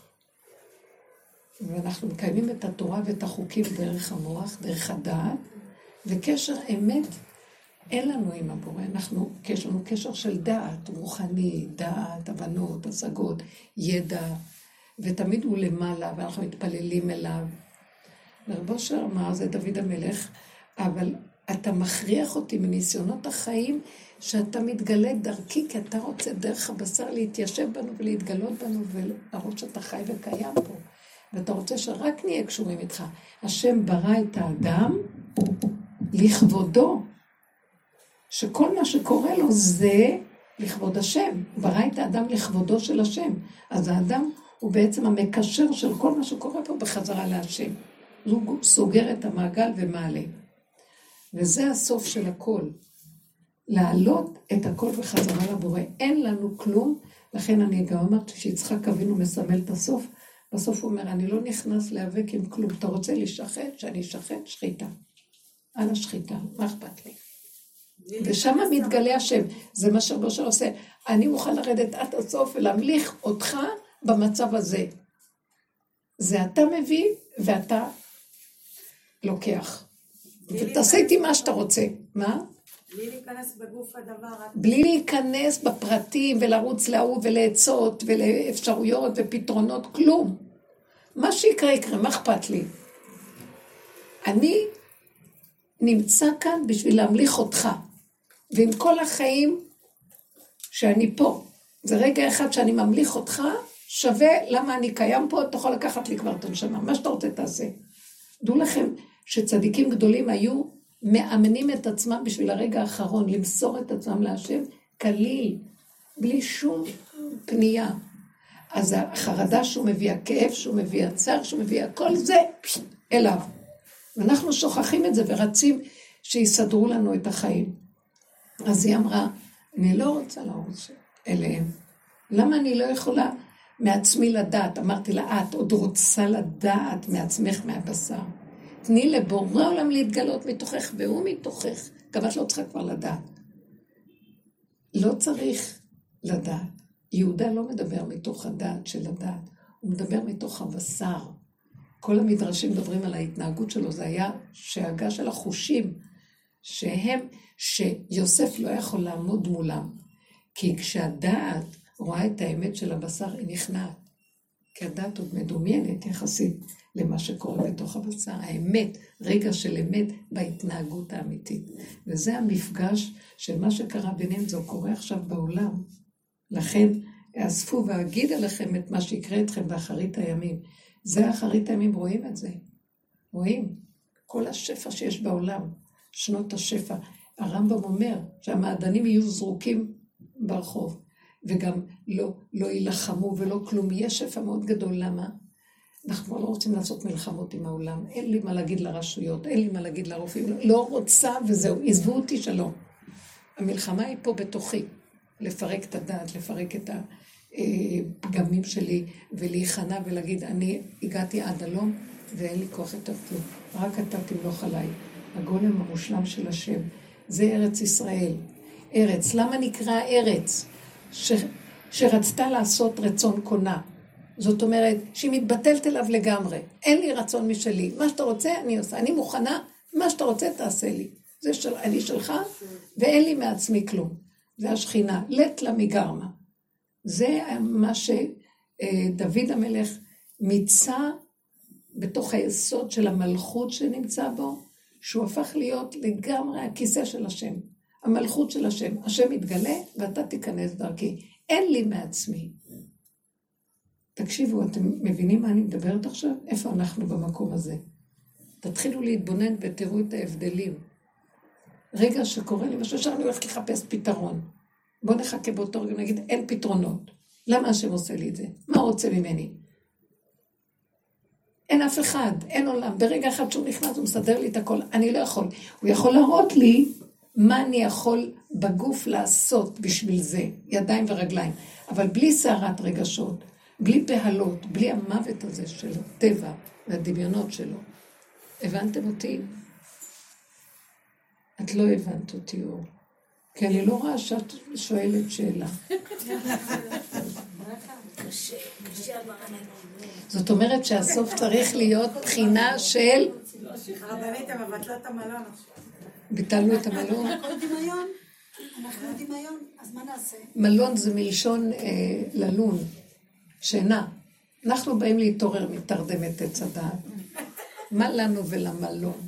ואנחנו מקיימים את התורה ואת החוקים דרך המוח, דרך הדעת, וקשר אמת אין לנו עם הבורא. אנחנו, יש לנו קשר של דעת, רוחני, דעת, הבנות, השגות, ידע, ותמיד הוא למעלה, ואנחנו מתפללים אליו. רב אושר אמר, זה דוד המלך, אבל אתה מכריח אותי מניסיונות החיים, שאתה מתגלה דרכי, כי אתה רוצה דרך הבשר להתיישב בנו ולהתגלות בנו, ולהראות שאתה חי וקיים פה. ואתה רוצה שרק נהיה קשורים איתך. השם ברא את האדם לכבודו, שכל מה שקורה לו זה לכבוד השם. הוא ברא את האדם לכבודו של השם. אז האדם הוא בעצם המקשר של כל מה שקורה פה בחזרה להשם. הוא סוגר את המעגל ומעלה. וזה הסוף של הכל. להעלות את הכל בחזרה לבורא. אין לנו כלום, לכן אני גם אמרת שיצחק אבינו מסמל את הסוף. בסוף הוא אומר, אני לא נכנס להיאבק עם כלום. אתה רוצה להישחט? שאני אשחט? שחיטה. על השחיטה, מה אכפת לי? ושם מתגלה השם. זה מה שרב אושר עושה. אני מוכן לרדת עד הסוף ולהמליך אותך במצב הזה. זה אתה מביא ואתה לוקח. ותעשה איתי מה שאתה רוצה. מה? בלי להיכנס בגוף הדבר. בלי להיכנס בפרטים ולרוץ להוא ולעצות ולאפשרויות ופתרונות, כלום. מה שיקרה יקרה, מה אכפת לי? אני נמצא כאן בשביל להמליך אותך. ועם כל החיים שאני פה, זה רגע אחד שאני ממליך אותך, שווה למה אני קיים פה, אתה יכול לקחת לי כבר את הנשמה. מה שאתה רוצה תעשה. דעו לכם שצדיקים גדולים היו מאמנים את עצמם בשביל הרגע האחרון, למסור את עצמם להשם, כליל, בלי שום פנייה. אז החרדה שהוא מביא, הכאב שהוא מביא, הצער שהוא מביא, הכל זה אליו. ואנחנו שוכחים את זה ורצים שיסדרו לנו את החיים. אז היא אמרה, אני לא רוצה לרוץ אליהם. למה אני לא יכולה מעצמי לדעת? אמרתי לה, את עוד רוצה לדעת מעצמך מהבשר. תני לבורא עולם להתגלות מתוכך, והוא מתוכך. גם את לא צריכה כבר לדעת. לא צריך לדעת. יהודה לא מדבר מתוך הדעת של הדעת, הוא מדבר מתוך הבשר. כל המדרשים מדברים על ההתנהגות שלו, זה היה שהגה של החושים, שהם, שיוסף לא יכול לעמוד מולם. כי כשהדעת רואה את האמת של הבשר, היא נכנעת. כי הדעת עוד מדומיינת יחסית למה שקורה בתוך הבשר. האמת, רגע של אמת בהתנהגות האמיתית. וזה המפגש של מה שקרה ביניהם, זה קורה עכשיו בעולם. לכן, אספו ואגיד עליכם את מה שיקרה אתכם באחרית הימים. זה אחרית הימים, רואים את זה. רואים. כל השפע שיש בעולם, שנות השפע. הרמב"ם אומר שהמעדנים יהיו זרוקים ברחוב. וגם לא, לא ילחמו ולא כלום. יש שפע מאוד גדול. למה? אנחנו לא רוצים לעשות מלחמות עם העולם. אין לי מה להגיד לרשויות, אין לי מה להגיד לרופאים. לא רוצה וזהו, עזבו אותי שלום. המלחמה היא פה בתוכי. לפרק את הדעת, לפרק את הפגמים שלי, ולהיכנע ולהגיד, אני הגעתי עד הלום, ואין לי כוח יותר כלום. רק אתה תמלוך עליי. הגולם המושלם של השם. זה ארץ ישראל. ארץ. למה נקרא ארץ? ש... שרצתה לעשות רצון קונה. זאת אומרת, שהיא מתבטלת אליו לגמרי. אין לי רצון משלי. מה שאתה רוצה, אני עושה. אני מוכנה, מה שאתה רוצה, תעשה לי. זה של... אני שלך, ואין לי מעצמי כלום. זה השכינה. לט לה מגרמה. זה מה שדוד המלך מיצה בתוך היסוד של המלכות שנמצא בו, שהוא הפך להיות לגמרי הכיסא של השם. המלכות של השם. השם מתגלה ואתה תיכנס דרכי. אין לי מעצמי. תקשיבו, אתם מבינים מה אני מדברת עכשיו? איפה אנחנו במקום הזה? תתחילו להתבונן ותראו את ההבדלים. רגע שקורה לי משהו שאני הולכת לחפש פתרון. בואו נחכה באותו רגע, נגיד, אין פתרונות. למה השם עושה לי את זה? מה הוא רוצה ממני? אין אף אחד, אין עולם. ברגע אחד שהוא נכנס, הוא מסדר לי את הכל. אני לא יכול. הוא יכול להראות לי מה אני יכול בגוף לעשות בשביל זה, ידיים ורגליים. אבל בלי סערת רגשות, בלי בהלות, בלי המוות הזה של הטבע והדמיונות שלו. הבנתם אותי? את לא הבנת אותי, אור. כי אני לא רואה שאת שואלת שאלה. זאת אומרת שהסוף צריך להיות בחינה של... הרבנית, הם מבטלה את המלון. ביטלנו את המלון. הכל דמיון, אנחנו דמיון, אז מה נעשה? מלון זה מלשון אה, ללון, שינה. אנחנו באים להתעורר מתרדמת עץ הדעת. מה לנו ולמלון?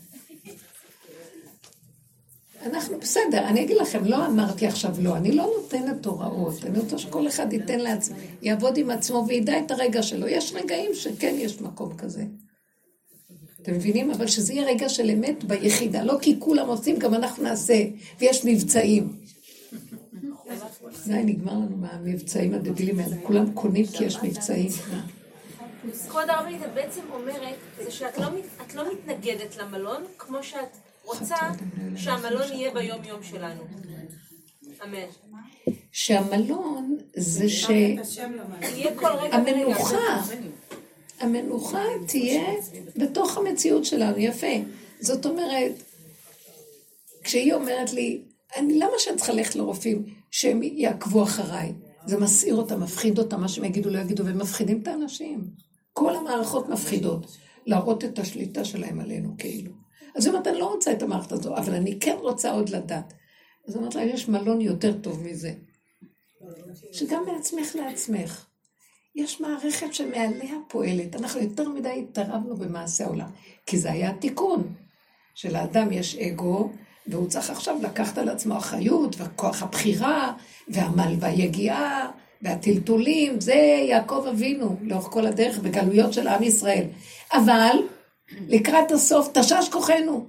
אנחנו בסדר, אני אגיד לכם, לא אמרתי עכשיו לא, אני לא נותנת הוראות, אני רוצה שכל אחד ייתן לעצמו, יעבוד עם עצמו וידע את הרגע שלו. יש רגעים שכן יש מקום כזה. אתם מבינים? אבל שזה יהיה רגע של אמת ביחידה, לא כי כולם עושים, גם אנחנו נעשה, ויש מבצעים. זה נגמר לנו מהמבצעים הדבילים האלה, כולם קונים כי יש מבצעים. כבוד הרבנית, את בעצם אומרת, זה שאת לא, את לא מתנגדת למלון, כמו שאת רוצה שהמלון יהיה ביום יום שלנו. אמן. שהמלון זה ש... יהיה כל רגע המנוחה, המנוחה תהיה בתוך המציאות שלנו, יפה. זאת אומרת, כשהיא אומרת לי, אני, למה שאני צריכה ללכת לרופאים שהם יעקבו אחריי? זה מסעיר אותם, מפחיד אותם, מה שהם יגידו, לא יגידו, והם מפחידים את האנשים. כל המערכות מפחידות, להראות את השליטה שלהם עלינו, כאילו. אז זאת אומרת, אני לא רוצה את המערכת הזו, אבל אני כן רוצה עוד לדעת. אז זאת אומרת, יש מלון יותר טוב מזה. שגם מעצמך לעצמך. יש מערכת שמעליה פועלת. אנחנו יותר מדי התערבנו במעשה העולם. כי זה היה התיקון. שלאדם יש אגו, והוא צריך עכשיו לקחת על עצמו אחריות, וכוח הבחירה, והעמל והיגיעה, והטלטולים, זה יעקב אבינו, לאורך כל הדרך, בגלויות של עם ישראל. אבל, לקראת הסוף, תשש כוחנו.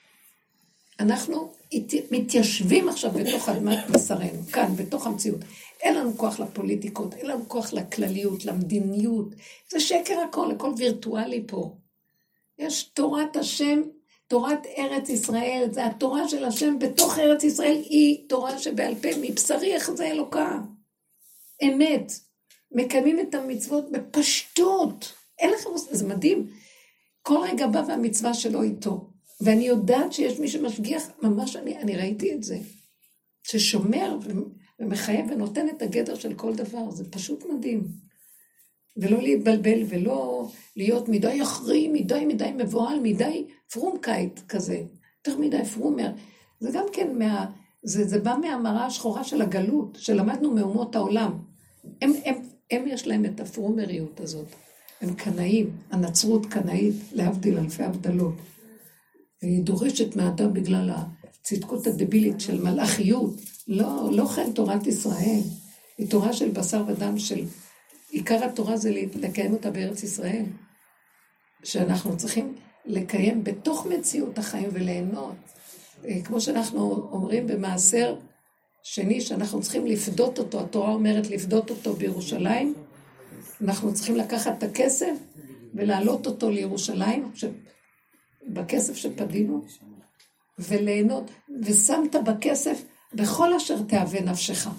אנחנו מתיישבים עכשיו בתוך אדמת בשרנו, כאן, בתוך המציאות. אין לנו כוח לפוליטיקות, אין לנו כוח לכלליות, למדיניות. זה שקר הכל, הכל וירטואלי פה. יש תורת השם, תורת ארץ ישראל, זה התורה של השם בתוך ארץ ישראל, היא תורה שבעל פה, מבשרי יחזה אלוקה. אמת. מקיימים את המצוות בפשטות. אין לכם, זה מדהים. כל רגע בא והמצווה שלו איתו. ואני יודעת שיש מי שמשגיח, ממש אני, אני ראיתי את זה. ששומר ומחייב ונותן את הגדר של כל דבר. זה פשוט מדהים. ולא להתבלבל ולא להיות מדי אחרי, מדי מדי מבועל, מדי פרומקייט כזה. יותר מדי פרומר. זה גם כן מה... זה, זה בא מהמראה השחורה של הגלות, שלמדנו מאומות העולם. הם, הם, הם יש להם את הפרומריות הזאת. הם קנאים, הנצרות קנאית, להבדיל אלפי הבדלות. היא דורשת מהאדם בגלל הצדקות הדבילית של מלאכיות. לא, לא כן תורת ישראל. היא תורה של בשר ודם של... עיקר התורה זה לקיים אותה בארץ ישראל. שאנחנו צריכים לקיים בתוך מציאות החיים וליהנות. כמו שאנחנו אומרים במעשר שני, שאנחנו צריכים לפדות אותו, התורה אומרת לפדות אותו בירושלים, אנחנו צריכים לקחת את הכסף ולהעלות אותו לירושלים, בכסף שפדינו, וליהנות, ושמת בכסף בכל אשר תאווה נפשך.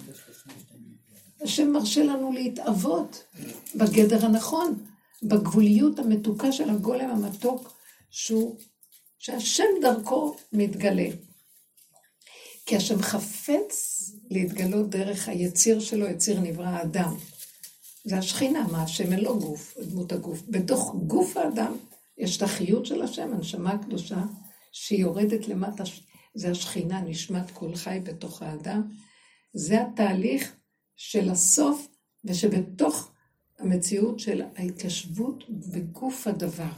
השם מרשה לנו להתאבות בגדר הנכון, בגבוליות המתוקה של הגולם המתוק, שהוא, שהשם דרכו מתגלה. כי השם חפץ להתגלות דרך היציר שלו, יציר נברא האדם. זה השכינה, מה השם אין לו גוף, דמות הגוף. בתוך גוף האדם יש את החיות של השם, הנשמה הקדושה, שהיא יורדת למטה, זה השכינה, נשמת כל חי בתוך האדם. זה התהליך של הסוף, ושבתוך המציאות של ההתיישבות בגוף הדבר.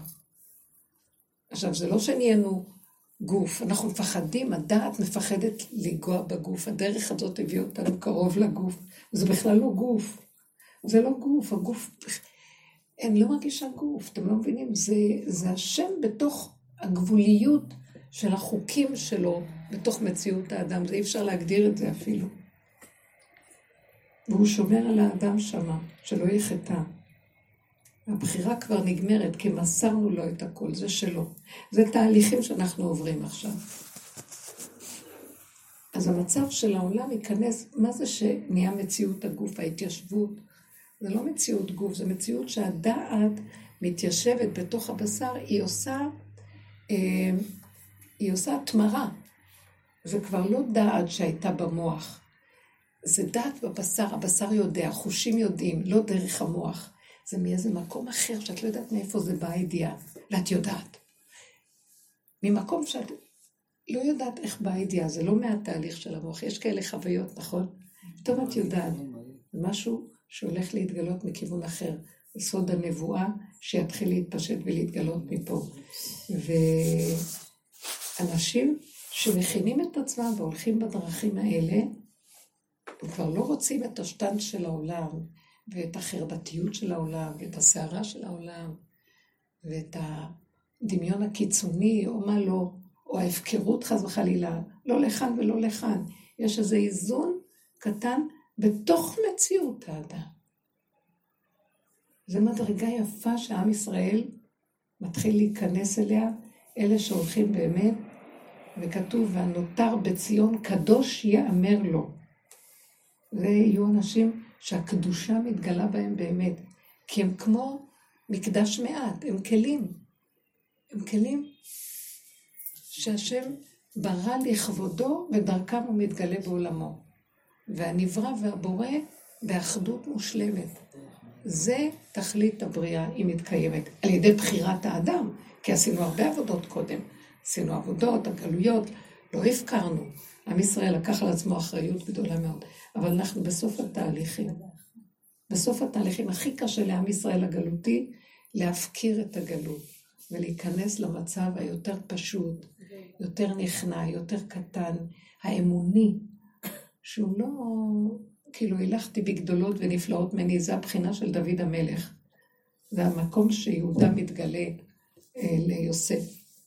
עכשיו, זה לא שנהיינו גוף, אנחנו מפחדים, הדעת מפחדת לגוע בגוף, הדרך הזאת הביא אותנו קרוב לגוף, זה בכלל לא גוף, זה לא גוף, הגוף, אני לא מרגישה גוף, אתם לא מבינים, זה, זה השם בתוך הגבוליות של החוקים שלו בתוך מציאות האדם, זה אי אפשר להגדיר את זה אפילו. והוא שומר על האדם שמה, שלא יחטא. הבחירה כבר נגמרת, כי מסרנו לו את הכל, זה שלו. זה תהליכים שאנחנו עוברים עכשיו. אז המצב של העולם ייכנס, מה זה שנהיה מציאות הגוף, ההתיישבות? זה לא מציאות גוף, זה מציאות שהדעת מתיישבת בתוך הבשר, היא עושה, אה, היא עושה תמרה. זה כבר לא דעת שהייתה במוח. זה דעת בבשר, הבשר יודע, חושים יודעים, לא דרך המוח. זה מאיזה מקום אחר שאת לא יודעת מאיפה זה בא הידיעה, ואת יודעת. ממקום שאת לא יודעת איך בא הידיעה, זה לא מהתהליך של המוח, יש כאלה חוויות, נכון? פתאום את יודעת, משהו שהולך להתגלות מכיוון אחר, סוד הנבואה שיתחיל להתפשט ולהתגלות מפה. ואנשים שמכינים את עצמם והולכים בדרכים האלה, הם כבר לא רוצים את השטנץ של העולם, ואת החרדתיות של העולם, ואת הסערה של העולם, ואת הדמיון הקיצוני, או מה לא, או ההפקרות חס וחלילה, לא לכאן ולא לכאן. יש איזה איזון קטן בתוך מציאות האדם. זו מדרגה יפה שעם ישראל מתחיל להיכנס אליה, אלה שהולכים באמת, וכתוב, והנותר בציון קדוש יאמר לו. ויהיו אנשים שהקדושה מתגלה בהם באמת, כי הם כמו מקדש מעט, הם כלים. הם כלים שהשם ברא לכבודו ודרכם הוא מתגלה בעולמו. והנברא והבורא באחדות מושלמת. זה תכלית הבריאה, היא מתקיימת על ידי בחירת האדם, כי עשינו הרבה עבודות קודם. עשינו עבודות, הגלויות, לא הפקרנו. עם ישראל לקח על עצמו אחריות גדולה מאוד. אבל אנחנו בסוף התהליכים. בסוף התהליכים הכי קשה לעם ישראל הגלותי, להפקיר את הגלות, ולהיכנס למצב היותר פשוט, יותר נכנע, יותר קטן, האמוני, שהוא לא, כאילו הלכתי בגדולות ונפלאות מני, זה הבחינה של דוד המלך. זה המקום שיהודה מתגלה אה, ליוסף.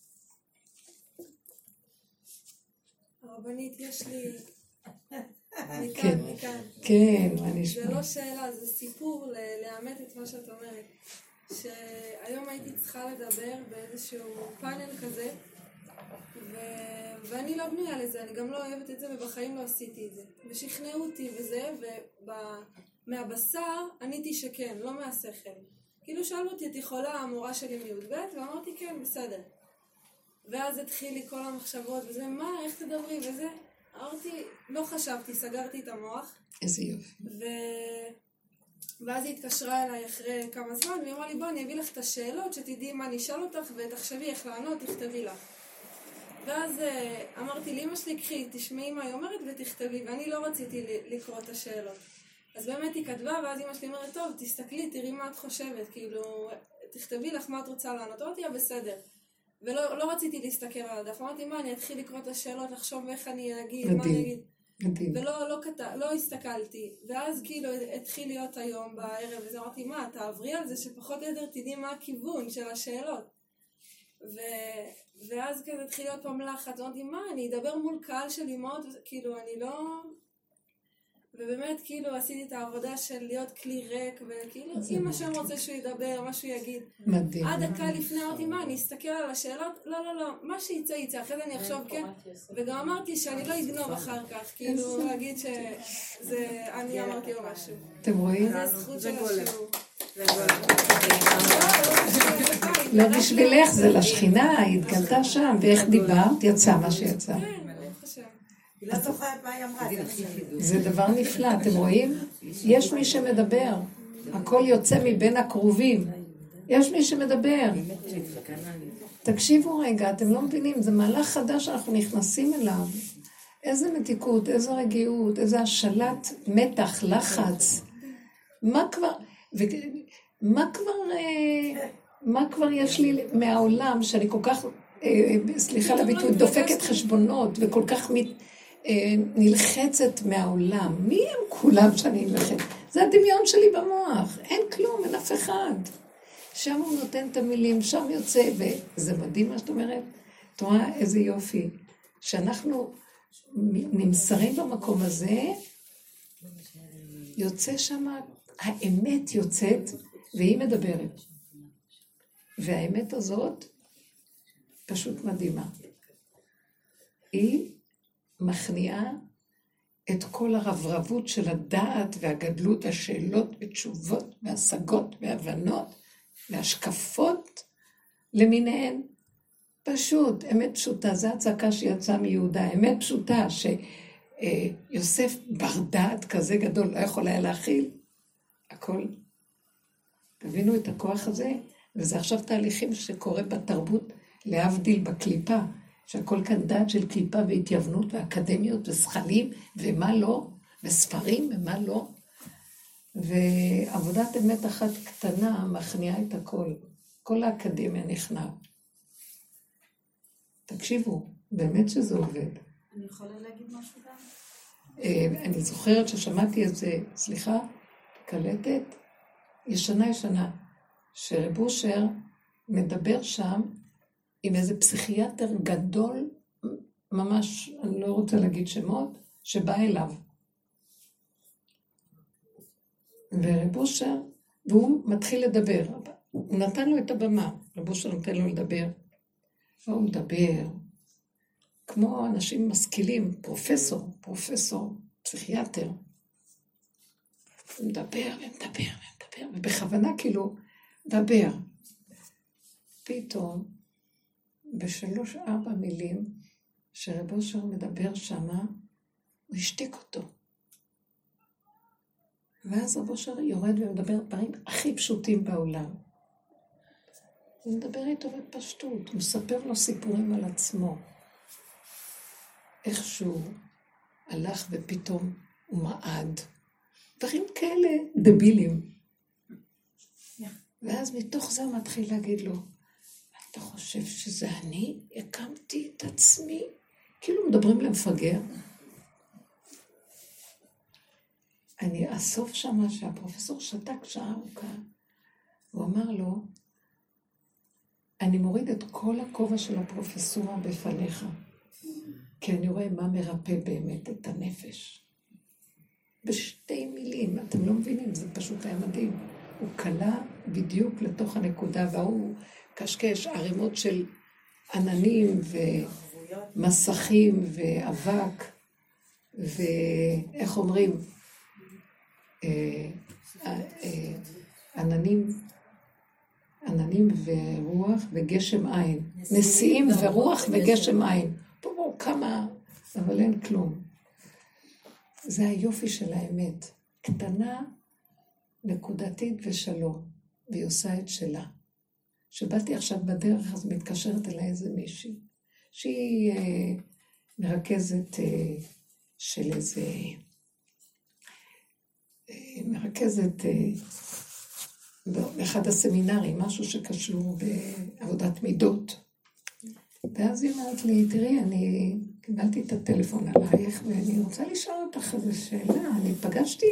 הרבנית, יש לי... כן, מכאן, מכאן. כן, מה נשמע? זה לא שאלה, זה סיפור לאמת את מה שאת אומרת. שהיום הייתי צריכה לדבר באיזשהו פאנל כזה, ו... ואני לא בנויה לזה, אני גם לא אוהבת את זה, ובחיים לא עשיתי את זה. ושכנעו אותי וזה, ומהבשר עניתי שכן, לא מהשכל. כאילו שאלו אותי, את יכולה המורה שלי מי"ב? ואמרתי כן, בסדר. ואז התחיל לי כל המחשבות, וזה, מה, איך תדברי, וזה... אמרתי, לא חשבתי, סגרתי את המוח. איזה יופי. ו... ואז היא התקשרה אליי אחרי כמה זמן, והיא אמרה לי, בוא, אני אביא לך את השאלות, שתדעי מה אני אשאל אותך, ותחשבי איך לענות, תכתבי לך. ואז אמרתי לאמא שלי, קחי, תשמעי מה היא אומרת ותכתבי, ואני לא רציתי לקרוא את השאלות. אז באמת היא כתבה, ואז אמא שלי אומרת, טוב, תסתכלי, תראי מה את חושבת, כאילו, תכתבי לך מה את רוצה לענות. אמרתי, יא בסדר. ולא לא רציתי להסתכל על הדף, אמרתי מה, אני אתחיל לקרוא את השאלות, לחשוב איך אני אגיד, מה אני אגיד. מדהים. ולא לא, קטע, לא הסתכלתי, ואז כאילו התחיל להיות היום בערב, וזה אמרתי, מה, תעברי על זה שפחות או יותר תדעי מה הכיוון של השאלות. ו... ואז כזה התחיל להיות פעם לחץ, אמרתי, מה, אני אדבר מול קהל של אמהות, כאילו אני לא... ובאמת כאילו עשיתי את העבודה של להיות כלי ריק, וכאילו אם השם רוצה שהוא ידבר, מה שהוא יגיד. מדהים. עד דקה לפני אמרתי, מה, אני אסתכל על השאלות? לא, לא, לא, מה שיצא יצא, אחרי זה אני אחשוב כן. וגם אמרתי שאני לא אגנוב אחר כך, כאילו להגיד שזה, אני אמרתי לו משהו. אתם רואים? זה הזכות של השיעור. לא בשבילך, זה לשכינה, היא התגלתה שם, ואיך דיברת, יצא מה שיצא. כן, ברוך השם. היא לא זוכרת מה היא אמרה. זה דבר נפלא, אתם רואים? יש מי שמדבר, הכל יוצא מבין הקרובים. יש מי שמדבר. תקשיבו רגע, אתם לא מבינים, זה מהלך חדש שאנחנו נכנסים אליו. איזה מתיקות, איזה רגיעות, איזה השלט, מתח, לחץ. מה כבר, מה כבר, מה כבר יש לי מהעולם שאני כל כך, סליחה על הביטוי, דופקת חשבונות וכל כך מת... נלחצת מהעולם. מי הם כולם שאני נלחצת? זה הדמיון שלי במוח. אין כלום, אין אף אחד. שם הוא נותן את המילים, שם יוצא, וזה מדהים מה שאת אומרת. את רואה איזה יופי, שאנחנו נמסרים במקום הזה, יוצא שם, האמת יוצאת, והיא מדברת. והאמת הזאת פשוט מדהימה. היא מכניעה את כל הרברבות של הדעת והגדלות, השאלות ותשובות והשגות והבנות והשקפות למיניהן. פשוט, אמת פשוטה, זו הצעקה שיצאה מיהודה, אמת פשוטה שיוסף בר דעת כזה גדול לא יכול היה להכיל הכל. תבינו את הכוח הזה, וזה עכשיו תהליכים שקורה בתרבות להבדיל בקליפה, שהכל כאן דעת של קליפה והתייוונות ואקדמיות ושכלים ומה לא, וספרים ומה לא, ועבודת אמת אחת קטנה מכניעה את הכל, כל האקדמיה נכנעה. תקשיבו, באמת שזה עובד. אני יכולה להגיד משהו גם? אני זוכרת ששמעתי את זה, סליחה, קלטת, ישנה ישנה, שרב אושר מדבר שם עם איזה פסיכיאטר גדול, ממש, אני לא רוצה להגיד שמות, שבא אליו. ורב אושר, והוא מתחיל לדבר, הוא נתן לו את הבמה, רב אושר נותן לו לדבר, והוא מדבר, כמו אנשים משכילים, פרופסור, פרופסור, פסיכיאטר, הוא מדבר ומדבר ומדבר, ובכוונה כאילו, דבר. פתאום, בשלוש ארבע מילים, שרב אושר מדבר שמה, הוא השתיק אותו. ואז רב אושר יורד ומדבר דברים הכי פשוטים בעולם. הוא מדבר איתו בפשטות, הוא מספר לו סיפורים על עצמו. איכשהו הלך ופתאום הוא מעד. דברים כאלה דבילים. ואז מתוך זה הוא מתחיל להגיד לו, אתה חושב שזה אני? הקמתי את עצמי? כאילו מדברים למפגר. אני אסוף שמה שהפרופסור שתק שעה ארוכה, הוא אמר לו, אני מוריד את כל הכובע של הפרופסורה בפניך, כי אני רואה מה מרפא באמת את הנפש. בשתי מילים, אתם לא מבינים, זה פשוט היה מדהים. הוא קלה בדיוק לתוך הנקודה, והוא קשקש ערימות של עננים ומסכים ואבק, ואיך אומרים, עננים, עננים ורוח וגשם עין. נשיאים ורוח וגשם עין. פה בואו כמה, אבל אין כלום. זה היופי של האמת. קטנה, נקודתית ושלום, והיא עושה את שלה. שבאתי עכשיו בדרך, אז מתקשרת אליי איזה מישהי, שהיא אה, מרכזת אה, של איזה, אה, מרכזת אה, באחד הסמינרים, משהו שקשור בעבודת מידות. ואז היא אמרת לי, תראי, אני קיבלתי את הטלפון עלייך, ואני רוצה לשאול אותך איזו שאלה. אני פגשתי,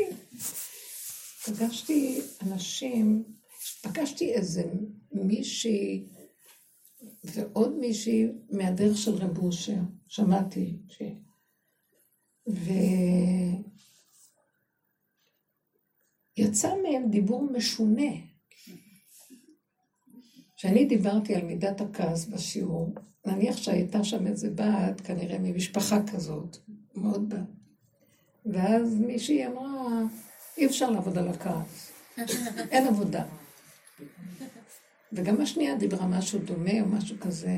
פגשתי אנשים, פגשתי איזה מישהי, ועוד מישהי מהדרך של רב אושר, שמעתי, ש... ויצא מהם דיבור משונה. כשאני דיברתי על מידת הכעס בשיעור, נניח שהייתה שם איזה בת, כנראה ממשפחה כזאת, מאוד בת. ואז מישהי אמרה, אי אפשר לעבוד על הכעס, אין עבודה. וגם השנייה דיברה משהו דומה או משהו כזה.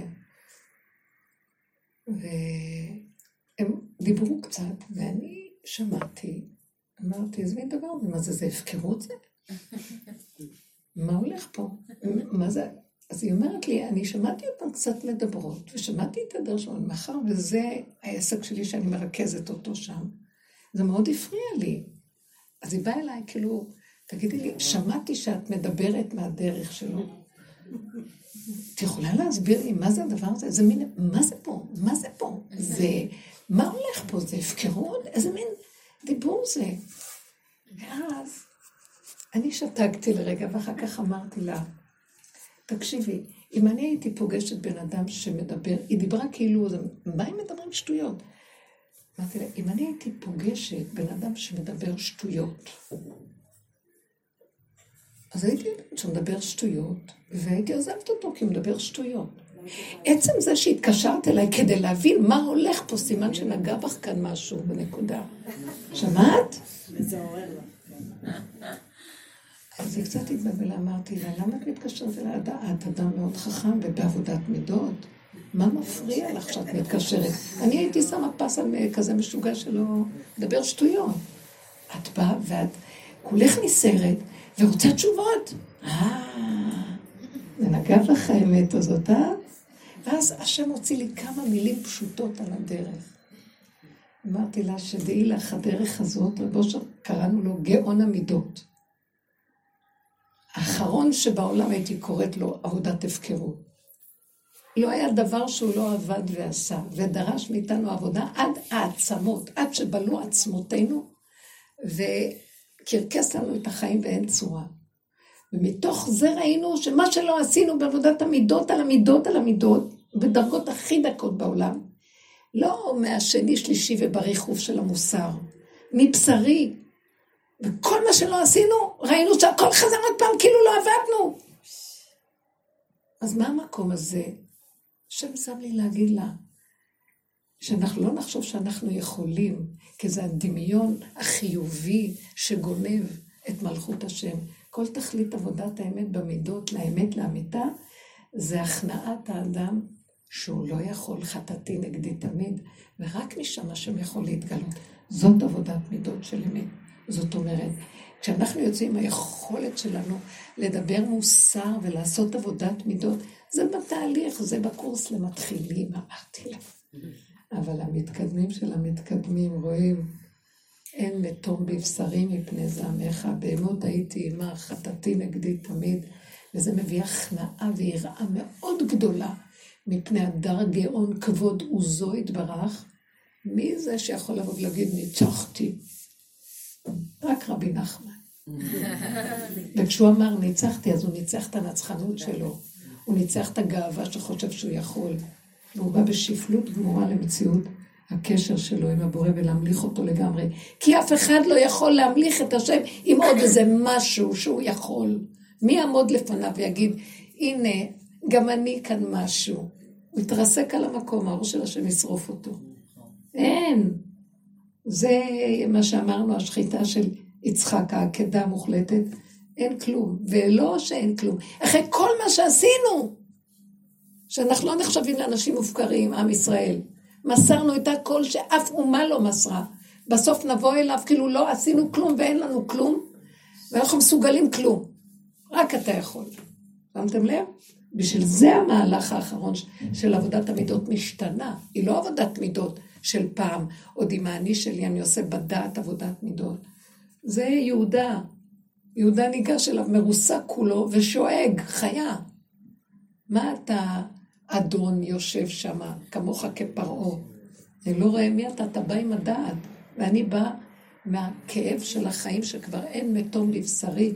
והם דיברו קצת, ואני שמעתי, אמרתי, איזה מין דבר, מה זה, זה הפקרות זה? מה הולך פה? מה זה? אז היא אומרת לי, אני שמעתי אותם קצת מדברות, ושמעתי את הדרשון, מאחר וזה העסק שלי שאני מרכזת אותו שם, זה מאוד הפריע לי. אז היא באה אליי, כאילו, תגידי לי, שמעתי שאת מדברת מהדרך שלו. את יכולה להסביר לי מה זה הדבר הזה? זה מין, מה זה פה? מה זה פה? זה, מה הולך פה? זה הפקרות? איזה מין דיבור זה? ואז אני שתקתי לרגע, ואחר כך אמרתי לה, תקשיבי, אם אני הייתי פוגשת בן אדם שמדבר, היא דיברה כאילו, מה הם מדברים שטויות? אמרתי לה, אם אני הייתי פוגשת בן אדם שמדבר שטויות, אז הייתי יודעת שהוא מדבר שטויות, והייתי עוזבת אותו כי הוא מדבר שטויות. עצם זה שהתקשרת אליי כדי להבין מה הולך פה, סימן שנגע בך כאן משהו בנקודה. שמעת? וזה עורר לו. אז היא קצת התבלבלה, אמרתי לה, למה את מתקשרת אליי? את אדם מאוד חכם ובעבודת מידות. מה מפריע לך שאת מתקשרת? אני הייתי שמה פס על כזה משוגע שלא מדבר שטויות. את באה ואת כולך נסערת ורוצה תשובות. אה, זה נגע לך האמת הזאת, אה? ואז השם הוציא לי כמה מילים פשוטות על הדרך. אמרתי לה שדעי לך, הדרך הזאת, רבו שקראנו לו גאון המידות. האחרון שבעולם הייתי קוראת לו עבודת הפקרות. לא היה דבר שהוא לא עבד ועשה, ודרש מאיתנו עבודה עד העצמות, עד שבלו עצמותינו, וקרקס לנו את החיים באין צורה. ומתוך זה ראינו שמה שלא עשינו בעבודת המידות על המידות על המידות, בדרגות הכי דקות בעולם, לא מהשני, שלישי ובריחוף של המוסר, מבשרי, וכל מה שלא עשינו, ראינו שהכל חזר עוד פעם, כאילו לא עבדנו. אז מה המקום הזה? שם שם לי להגיד לה, שאנחנו לא נחשוב שאנחנו יכולים, כי זה הדמיון החיובי שגונב את מלכות השם. כל תכלית עבודת האמת במידות, לאמת, לאמיתה, זה הכנעת האדם שהוא לא יכול, חטאתי נגדי תמיד, ורק משם השם יכול להתגלות. זאת עבודת מידות של אמת. זאת אומרת, כשאנחנו יוצאים היכולת שלנו לדבר מוסר ולעשות עבודת מידות, זה בתהליך, זה בקורס למתחילים, אמרתי לה. אבל המתקדמים של המתקדמים רואים, אין מתום בבשרי מפני זעמך, בהמות הייתי עמה, חטאתי נגדי תמיד, וזה מביא הכנעה ויראה מאוד גדולה, מפני הדר גאון כבוד עוזו יתברך. מי זה שיכול לבוא ולהגיד ניצחתי? רק רבי נחמן. וכשהוא אמר ניצחתי, אז הוא ניצח את הנצחנות שלו, הוא ניצח את הגאווה שחושב שהוא יכול, והוא בא בשפלות גמורה למציאות הקשר שלו עם הבורא ולהמליך אותו לגמרי, כי אף אחד לא יכול להמליך את השם עם עוד איזה משהו שהוא יכול. מי יעמוד לפניו ויגיד, הנה, גם אני כאן משהו. הוא יתרסק על המקום, האור של השם ישרוף אותו. אין. זה מה שאמרנו, השחיטה של יצחק, העקדה המוחלטת, אין כלום, ולא שאין כלום. אחרי כל מה שעשינו, שאנחנו לא נחשבים לאנשים מופקרים, עם ישראל, מסרנו את הכל שאף אומה לא מסרה, בסוף נבוא אליו כאילו לא עשינו כלום ואין לנו כלום, ואנחנו מסוגלים כלום, רק אתה יכול. שמתם לב? בשביל זה המהלך האחרון של עבודת המידות משתנה, היא לא עבודת מידות של פעם, עוד עם האני שלי אני עושה בדעת עבודת מידות. זה יהודה, יהודה ניגש אליו מרוסק כולו ושואג, חיה. מה אתה אדון יושב שם, כמוך כפרעה? אני לא רואה מי אתה, אתה בא עם הדעת, ואני בא מהכאב של החיים שכבר אין מתום לבשרי.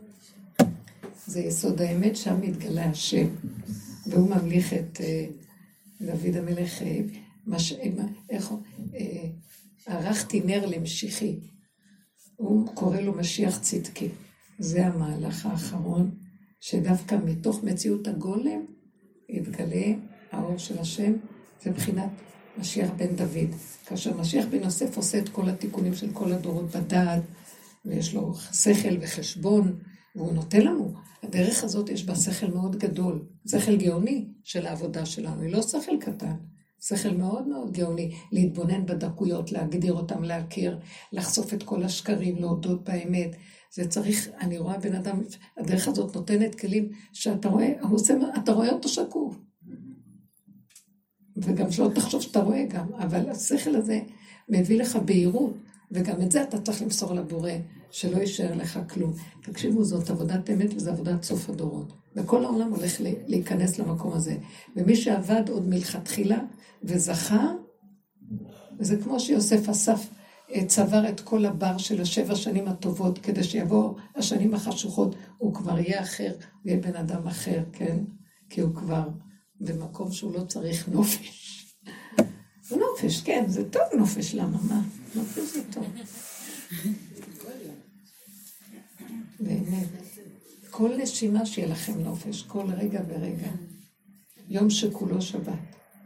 זה יסוד האמת, שם מתגלה השם, והוא ממליך את דוד המלך, מש... איך הוא? ערכתי נר למשיחי, הוא קורא לו משיח צדקי. זה המהלך האחרון, שדווקא מתוך מציאות הגולם, יתגלה האור של השם, זה מבחינת משיח בן דוד. כאשר משיח בן יוסף עושה את כל התיקונים של כל הדורות בדעת, ויש לו שכל וחשבון, והוא נותן לנו. הדרך הזאת יש בה שכל מאוד גדול, שכל גאוני של העבודה שלנו, היא לא שכל קטן, שכל מאוד מאוד גאוני, להתבונן בדקויות, להגדיר אותם, להכיר, לחשוף את כל השקרים, להודות באמת. זה צריך, אני רואה בן אדם, הדרך הזאת נותנת כלים שאתה רואה, אתה רואה אותו שקוף. וגם שלא תחשוב שאתה רואה גם, אבל השכל הזה מביא לך בהירות, וגם את זה אתה צריך למסור לבורא, שלא יישאר לך כלום. תקשיבו, זאת עבודת אמת וזה עבודת סוף הדורות. וכל העולם הולך להיכנס למקום הזה. ומי שעבד עוד מלכתחילה וזכה, וזה כמו שיוסף אסף צבר את כל הבר של השבע שנים הטובות, כדי שיבוא השנים החשוכות, הוא כבר יהיה אחר, הוא יהיה בן אדם אחר, כן? כי הוא כבר במקום שהוא לא צריך נופש. נופש, כן, זה טוב נופש, למה? מה? נופש זה טוב. באמת. כל נשימה שיהיה לכם נופש, כל רגע ורגע. יום שכולו שבת.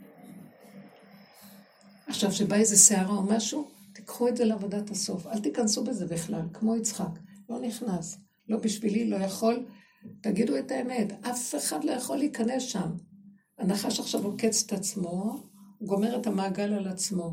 עכשיו, שבא איזה שערה או משהו, תיקחו את זה לעבודת הסוף. אל תיכנסו בזה בכלל, כמו יצחק. לא נכנס. לא בשבילי, לא יכול. תגידו את האמת, אף אחד לא יכול להיכנס שם. הנחש עכשיו עוקץ את עצמו, הוא גומר את המעגל על עצמו.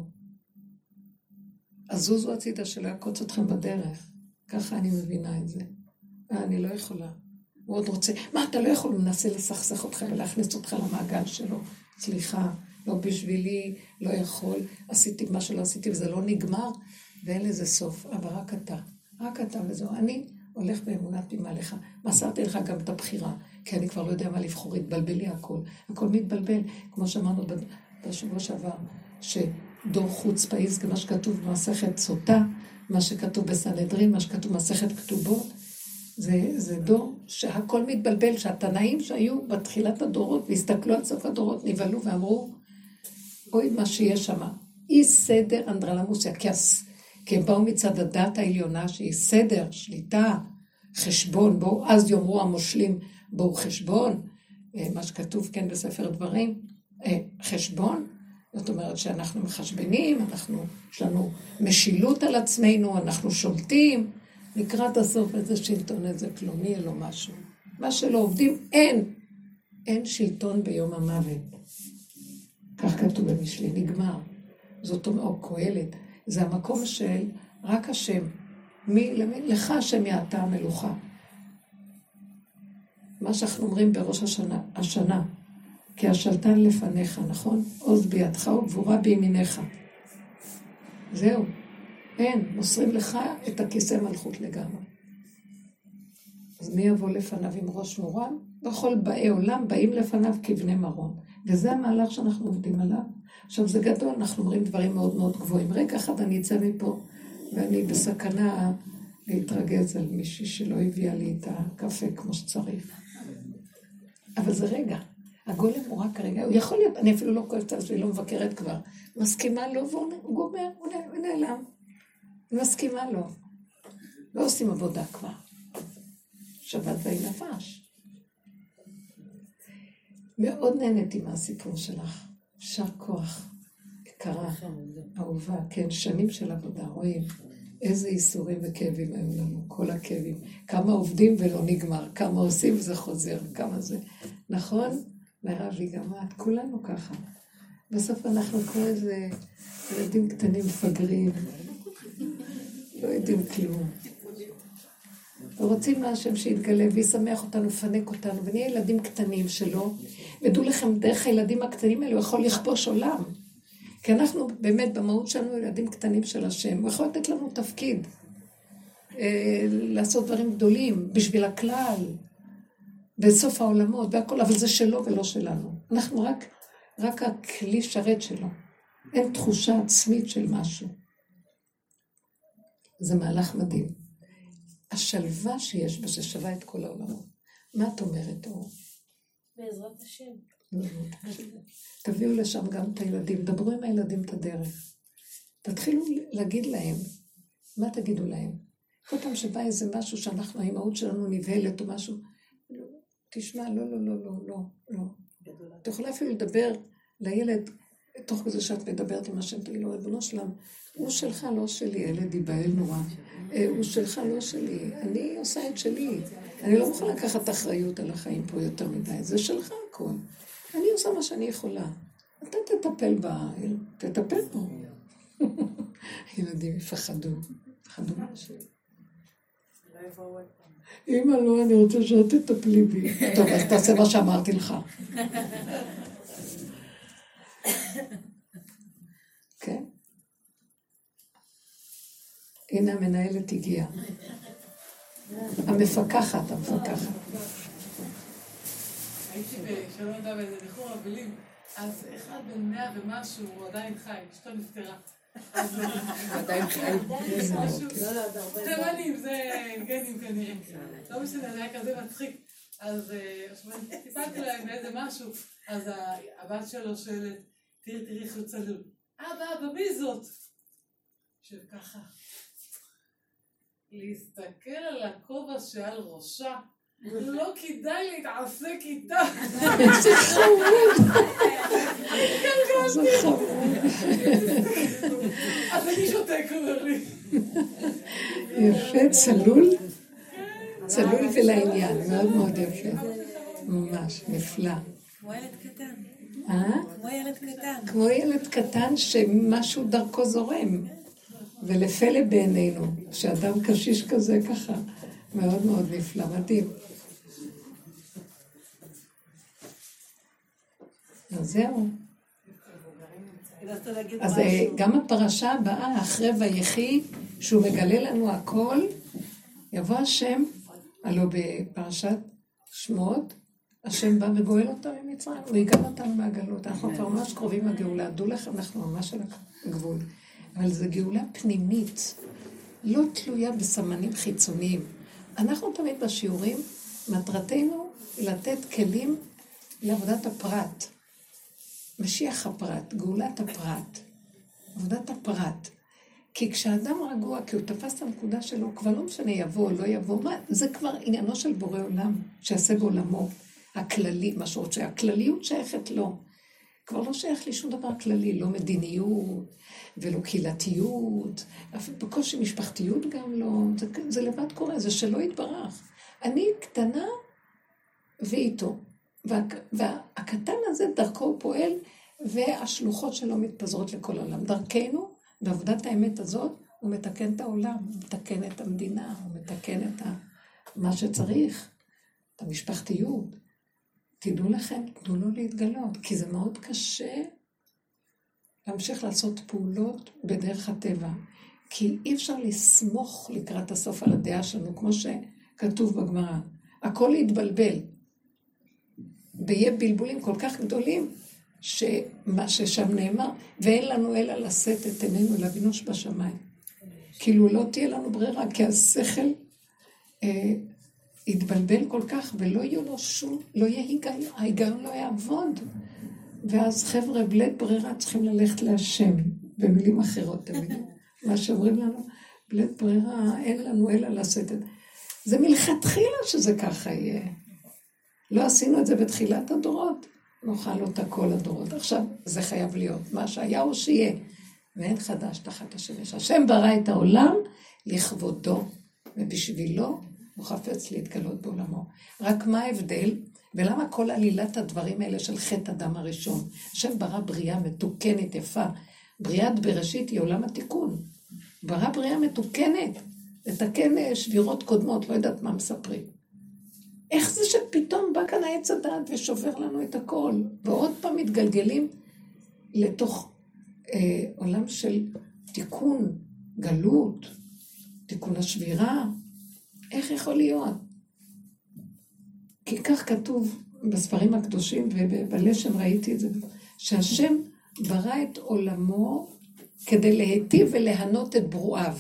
אז זוזו הצידה שלא יקוץ אתכם בדרך. ככה אני מבינה את זה. אני לא יכולה. הוא עוד רוצה, מה אתה לא יכול? הוא מנסה לסכסך אותך ולהכניס אותך למעגל שלו. סליחה, לא בשבילי, לא יכול. עשיתי מה שלא עשיתי וזה לא נגמר, ואין לזה סוף. אבל רק אתה, רק אתה וזהו. אני הולך באמונת פנימה לך. מסרתי לך גם את הבחירה, כי אני כבר לא יודע מה לבחור, התבלבל לי הכל. הכל מתבלבל, כמו שאמרנו בשבוע שעבר, שדור חוץ פעיז, כמה שכתוב במסכת סוטה, מה שכתוב בסנהדרין, מה שכתוב במסכת כתובות, זה, זה דור שהכל מתבלבל, שהתנאים שהיו בתחילת הדורות, והסתכלו על סוף הדורות, נבהלו ואמרו, אוי מה שיש שם, אי סדר אנדרלמוסיה, כי, כי הם באו מצד הדת העליונה, שהיא סדר, שליטה, חשבון, בואו, אז יאמרו המושלים, בואו חשבון, מה שכתוב כן בספר דברים, חשבון, זאת אומרת שאנחנו מחשבנים, אנחנו, יש לנו משילות על עצמנו, אנחנו שולטים, לקראת הסוף איזה שלטון, איזה כלומי, אלו משהו. מה שלא עובדים, אין. אין שלטון ביום המוות. כך כתוב במשלי, נגמר. זאת אומרת, או קהלת. זה המקום של רק השם. מי, למי, לך השם יעתה המלוכה. מה שאנחנו אומרים בראש השנה, השנה, כי השלטן לפניך, נכון? עוז בידך וגבורה בימינך. זהו. אין, מוסרים לך את הכיסא מלכות לגמרי. אז מי יבוא לפניו עם ראש מורם? בכל באי עולם באים לפניו כבני מרום. וזה המהלך שאנחנו עובדים עליו. עכשיו זה גדול, אנחנו אומרים דברים מאוד מאוד גבוהים. רגע אחד אני אצא מפה, ואני בסכנה להתרגז על מישהי שלא הביאה לי את הקפה כמו שצריך. אבל זה רגע. הגולם הוא רק רגע, הוא יכול להיות, אני אפילו לא כואבת על זה, לא מבקרת כבר. מסכימה לו, והוא גומר, הוא נעלם. מסכימה לו. לא עושים עבודה כבר. שבת ואי נפש. מאוד נהניתי מהסיפור שלך. שר כוח. יקרה. אהובה. כן, שנים של עבודה. רואים איזה איסורים וכאבים היו לנו. כל הכאבים. כמה עובדים ולא נגמר. כמה עושים וזה חוזר. כמה זה. נכון? לרבי גם את. כולנו ככה. בסוף אנחנו כמו איזה ילדים קטנים מפגרים. לא יודעים כלום. ורוצים מהשם שיתגלה וישמח אותנו, פנק אותנו, ונהיה ילדים קטנים שלו, ודעו לכם, דרך הילדים הקטנים האלו יכול לכבוש עולם. כי אנחנו באמת במהות שלנו ילדים קטנים של השם, הוא יכול לתת לנו תפקיד, אה, לעשות דברים גדולים, בשביל הכלל, בסוף העולמות והכל, אבל זה שלו ולא שלנו. אנחנו רק, רק הכלי שרת שלו. אין תחושה עצמית של משהו. זה מהלך מדהים. השלווה שיש בזה שווה את כל העולמות. מה את אומרת, אור? בעזרת השם. תביאו לשם גם את הילדים, דברו עם הילדים את הדרך. תתחילו להגיד להם, מה תגידו להם? כל פעם שבא איזה משהו שאנחנו, האימהות שלנו נבהלת או משהו, תשמע, לא, לא, לא, לא, לא, לא. אתה יכולה אפילו לדבר לילד, תוך כזה שאת מדברת עם השם, תגיד לו, ריבונו שלם, הוא שלך, לא שלי, ילד ייבהל נורא. הוא שלך, לא שלי, אני עושה את שלי. אני לא יכולה לקחת אחריות על החיים פה יותר מדי, זה שלך הכל. אני עושה מה שאני יכולה. אתה תטפל בה, תטפל בו. ילדים יפחדו, יפחדו משהו. אמא, לא, אני רוצה שאת תטפלי בי. טוב, אז תעשה מה שאמרתי לך. כן? הנה המנהלת הגיעה. המפקחת, המפקחת. הייתי בשלום דע באיזה ניחור אבלים, אז אחד בן מאה ומשהו, הוא עדיין חי, אשתו נפטרה. עדיין חיים. תימנים, זה גנים כנראה. לא משנה, זה היה כזה מצחיק. אז סיפרתי להם איזה משהו, אז הבת שלו שואלת, תראי, תראי איך הוא צלול. אבא, אבא, מי זאת? שככה, להסתכל על הכובע שעל ראשה, לא כדאי להתעסק איתה. זה חמוד. זה חמוד. אז אני שותק, אומר לי. יפה, צלול. צלול ולעניין, מאוד מאוד יפה. ממש, נפלא. כמו ילד קטן. אה? כמו ילד קטן. כמו ילד קטן שמשהו דרכו זורם. ולפלא בעינינו, שאדם קשיש כזה ככה, מאוד מאוד נפלא, מדהים. אז זהו. אז גם הפרשה הבאה, אחרי ויחי, שהוא מגלה לנו הכל, יבוא השם, הלא בפרשת שמות, השם בא וגואל אותנו ממצרים, הוא יגאל אותנו מהגלות, אנחנו כבר ממש קרובים לגאולה, דעו לכם, אנחנו ממש על הגבול. אבל זו גאולה פנימית, לא תלויה בסמנים חיצוניים. אנחנו תמיד בשיעורים, מטרתנו היא לתת כלים לעבודת הפרט. משיח הפרט, גאולת הפרט, עבודת הפרט. כי כשאדם רגוע, כי הוא תפס את הנקודה שלו, כבר לא משנה יבוא או לא יבוא, מה? זה כבר עניינו של בורא עולם, שיעשה בעולמו הכללי, מה שהוא רוצה, הכלליות שייכת לו. כבר לא שייך לי שום דבר כללי, לא מדיניות ולא קהילתיות, בקושי משפחתיות גם לא, זה, זה לבד קורה, זה שלא יתברך. אני קטנה ואיתו, וה, והקטן הזה דרכו הוא פועל, והשלוחות שלו מתפזרות לכל העולם. דרכנו, בעבודת האמת הזאת, הוא מתקן את העולם, הוא מתקן את המדינה, הוא מתקן את מה שצריך, את המשפחתיות. תדעו לכם, תנו לו להתגלות, כי זה מאוד קשה להמשיך לעשות פעולות בדרך הטבע, כי אי אפשר לסמוך לקראת הסוף על הדעה שלנו, כמו שכתוב בגמרא, הכל יתבלבל, ויהיה בלבולים כל כך גדולים, שמה ששם נאמר, ואין לנו אלא לשאת את עינינו להבינו שבשמיים. כאילו לא תהיה לנו ברירה, כי השכל אה, יתבלבל כל כך, ולא יהיו לו שום, לא יהיה היגיון, ההיגיון לא יעבוד. ואז חבר'ה, בלית ברירה צריכים ללכת להשם, במילים אחרות תמיד. מה שאומרים לנו, בלית ברירה, אין לנו אלא לשאת את... זה מלכתחילה שזה ככה יהיה. לא עשינו את זה בתחילת הדורות, נאכל אותה כל הדורות. עכשיו זה חייב להיות, מה שהיה או שיהיה, ואין חדש תחת השמש. השם ברא את העולם לכבודו, ובשבילו הוא חפץ להתגלות בעולמו. רק מה ההבדל, ולמה כל עלילת הדברים האלה של חטא אדם הראשון? השם ברא בריאה מתוקנת יפה, בריאת בראשית היא עולם התיקון. ברא בריאה מתוקנת, לתקן שבירות קודמות, לא יודעת מה מספרים. איך זה שפתאום בא כאן העץ הדעת ושובר לנו את הכל, ועוד פעם מתגלגלים לתוך אה, עולם של תיקון, גלות, תיקון השבירה. איך יכול להיות? כי כך כתוב בספרים הקדושים, ובלשם ראיתי את זה, שהשם ברא את עולמו כדי להיטיב ולהנות את ברואיו.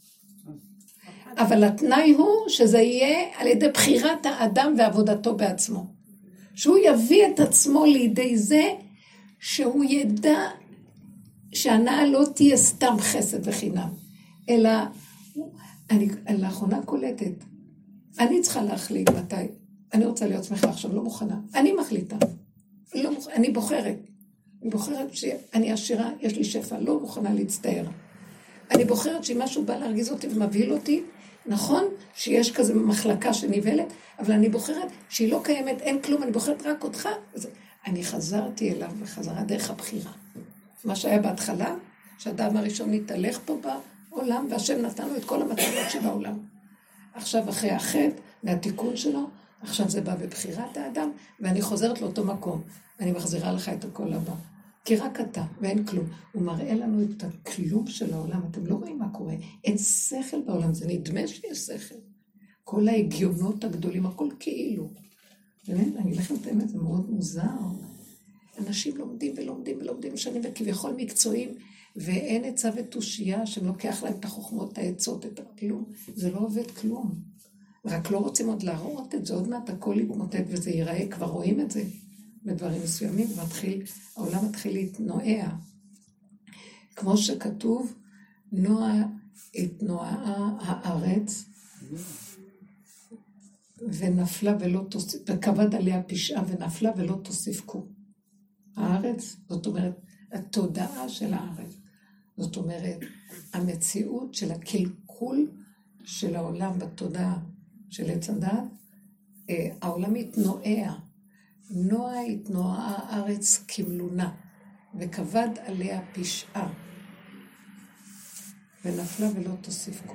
אבל התנאי הוא שזה יהיה על ידי בחירת האדם ועבודתו בעצמו. שהוא יביא את עצמו לידי זה שהוא ידע שהנאה לא תהיה סתם חסד וחינם, אלא אני לאחרונה קולטת, אני צריכה להחליט מתי, אני רוצה להיות שמחה עכשיו, לא מוכנה, אני מחליטה, לא מוכ... אני בוחרת, אני בוחרת שאני עשירה, יש לי שפע, לא מוכנה להצטער. אני בוחרת שאם משהו בא להרגיז אותי ומבהיל אותי, נכון שיש כזה מחלקה שניבלת, אבל אני בוחרת שהיא לא קיימת, אין כלום, אני בוחרת רק אותך. אני חזרתי אליו וחזרה דרך הבחירה. מה שהיה בהתחלה, שהאדם הראשון נתהלך פה בעולם, והשם נתן לו את כל המתנות שבעולם. עכשיו אחרי החטא והתיקון שלו, עכשיו זה בא בבחירת האדם, ואני חוזרת לאותו מקום. אני מחזירה לך את הכל הבא. כי רק אתה, ואין כלום. הוא מראה לנו את הכלום של העולם. אתם לא רואים מה קורה. אין שכל בעולם, זה נדמה שיש שכל. כל ההגיונות הגדולים, הכל כאילו. באמת, אני לכם את האמת, זה מאוד מוזר. אנשים לומדים ולומדים ולומדים שנים, וכביכול מקצועיים, ואין עצה ותושייה שלוקח להם את החוכמות, העצות, את הכלום. זה לא עובד כלום. רק לא רוצים עוד להראות את זה, עוד מעט הכל יתמוטט וזה ייראה, כבר רואים את זה בדברים מסוימים, ומתחיל, העולם מתחיל להתנועע. כמו שכתוב, נוע התנועה הארץ, ונפלה ולא תוסיף, וכבד עליה פשעה ונפלה ולא תוסיפקו. הארץ, זאת אומרת, התודעה של הארץ, זאת אומרת, המציאות של הקלקול של העולם בתודעה של עץ הדת, העולם התנועע, נוע התנועה הארץ כמלונה, וכבד עליה פשעה, ונפלה ולא תוסיפקו.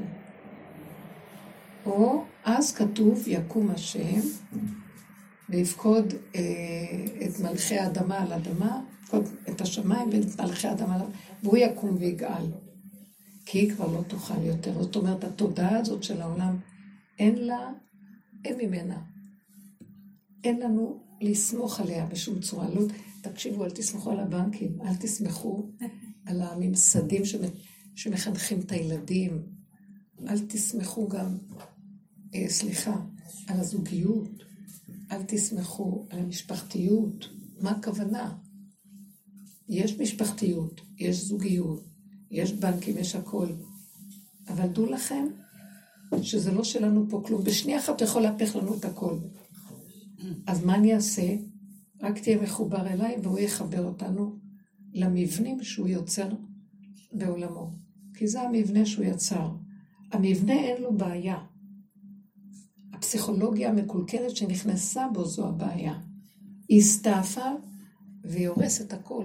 או אז כתוב יקום השם, ויפקוד אה, את מלכי האדמה על אדמה, את השמיים ואת מלכי האדמה, והוא יקום ויגאל, כי היא כבר לא תוכל יותר. זאת אומרת, התודעה הזאת של העולם, אין לה, אין ממנה. אין לנו לסמוך עליה בשום צורה. לא, תקשיבו, אל תסמכו על הבנקים, אל תסמכו על הממסדים שמחנכים את הילדים, אל תסמכו גם, אה, סליחה, על הזוגיות, אל תסמכו על המשפחתיות. מה הכוונה? יש משפחתיות, יש זוגיות, יש בנקים, יש הכל. אבל דעו לכם שזה לא שלנו פה כלום. בשנייה אחת יכול להפך לנו את הכל. אז מה אני אעשה? רק תהיה מחובר אליי והוא יחבר אותנו למבנים שהוא יוצר בעולמו. כי זה המבנה שהוא יצר. המבנה אין לו בעיה. הפסיכולוגיה המקולקלת שנכנסה בו זו הבעיה. היא הסתעפה והיא הורס את הכל.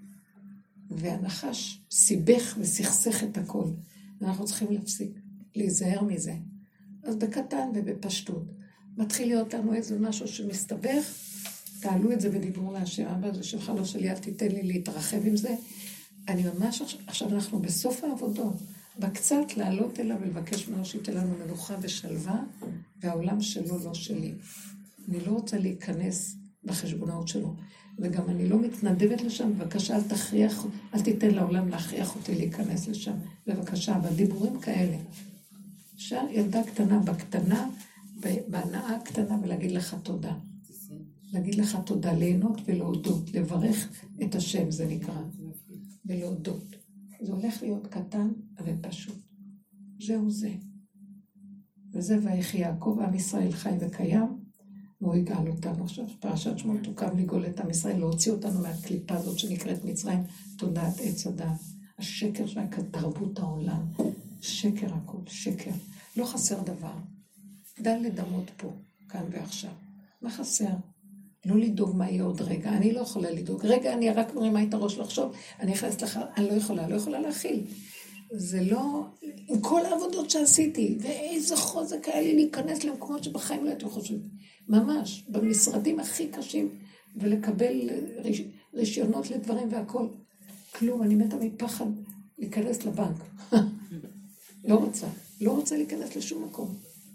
והנחש סיבך וסכסך את הכל. ואנחנו צריכים להפסיק, להיזהר מזה. אז בקטן ובפשטות. מתחיל להיות לנו איזה משהו שמסתבך, תעלו את זה בדיבור להשם, אבא זה שלך לא שלי, אל תיתן לי להתרחב עם זה. אני ממש, עכשיו אנחנו בסוף העבודות, בקצת לעלות אליו ולבקש ממנו שייתן לנו מנוחה ושלווה, והעולם שלו לא שלי. אני לא רוצה להיכנס בחשבונאות שלו, וגם אני לא מתנדבת לשם, בבקשה אל תכריח, אל תיתן לעולם להכריח אותי להיכנס לשם, בבקשה, אבל דיבורים כאלה. אפשר ילדה קטנה בקטנה, בהנאה הקטנה, ולהגיד לך תודה. להגיד לך תודה, ליהנות ולהודות, לברך את השם, זה נקרא, ולהודות. זה הולך להיות קטן ופשוט. זהו זה. וזה ויחי יעקב, עם ישראל חי וקיים, והוא יגאל אותנו. עכשיו, פרשת שמות תוקם לגאול את עם ישראל, להוציא אותנו מהקליפה הזאת שנקראת מצרים, תודעת עץ הדת. השקר שהיה כתרבות העולם. שקר הכל, שקר. לא חסר דבר. דל לדמות פה, כאן ועכשיו. מה חסר? לא לדאוג מה יהיה עוד רגע. אני לא יכולה לדאוג. רגע, אני רק מרימה את הראש לחשוב, אני נכנסת לך, אני לא יכולה, לא יכולה להכיל. זה לא, עם כל העבודות שעשיתי, ואיזה חוזק היה לי להיכנס למקומות שבחיים לא הייתם חושבים. ממש, במשרדים הכי קשים, ולקבל ריש, רישיונות לדברים והכל. כלום, אני מתה מפחד להיכנס לבנק. לא רוצה, לא רוצה להיכנס לשום מקום.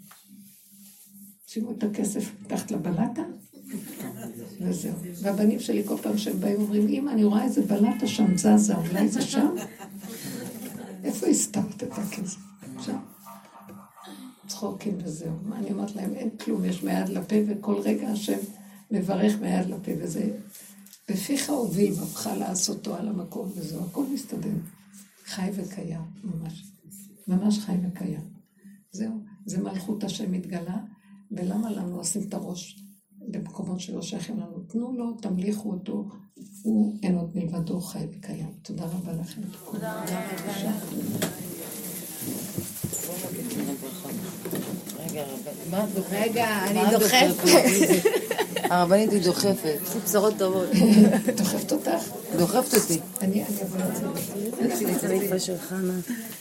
שימו את הכסף תחת לבלטה, וזהו. והבנים שלי כל פעם שהם באים אומרים, אמא, אני רואה איזה בלטה שם זזה, אולי זה שם? איפה הסתרת את הכסף? שם. צחוקים וזהו. מה אני אומרת להם? אין כלום, יש מיד לפה, וכל רגע השם מברך מיד לפה, וזה בפיך הוביל, ובך לעשותו על המקום, וזהו. הכל מסתדר. חי וקיים, ממש. ממש חי וקיים. זהו. זה מלכות השם מתגלה, ולמה לנו עושים את הראש במקומות שלא שייכים לנו? תנו לו, תמליכו אותו, הוא אין עוד מלבדו חי וקיים. תודה רבה לכם. תודה רבה. רגע, אני דוחפת. הרבנית היא דוחפת. בשורות טובות. דוחפת אותך? דוחפת אותי. אני אבוא לצאת. אני צריך בשולחן.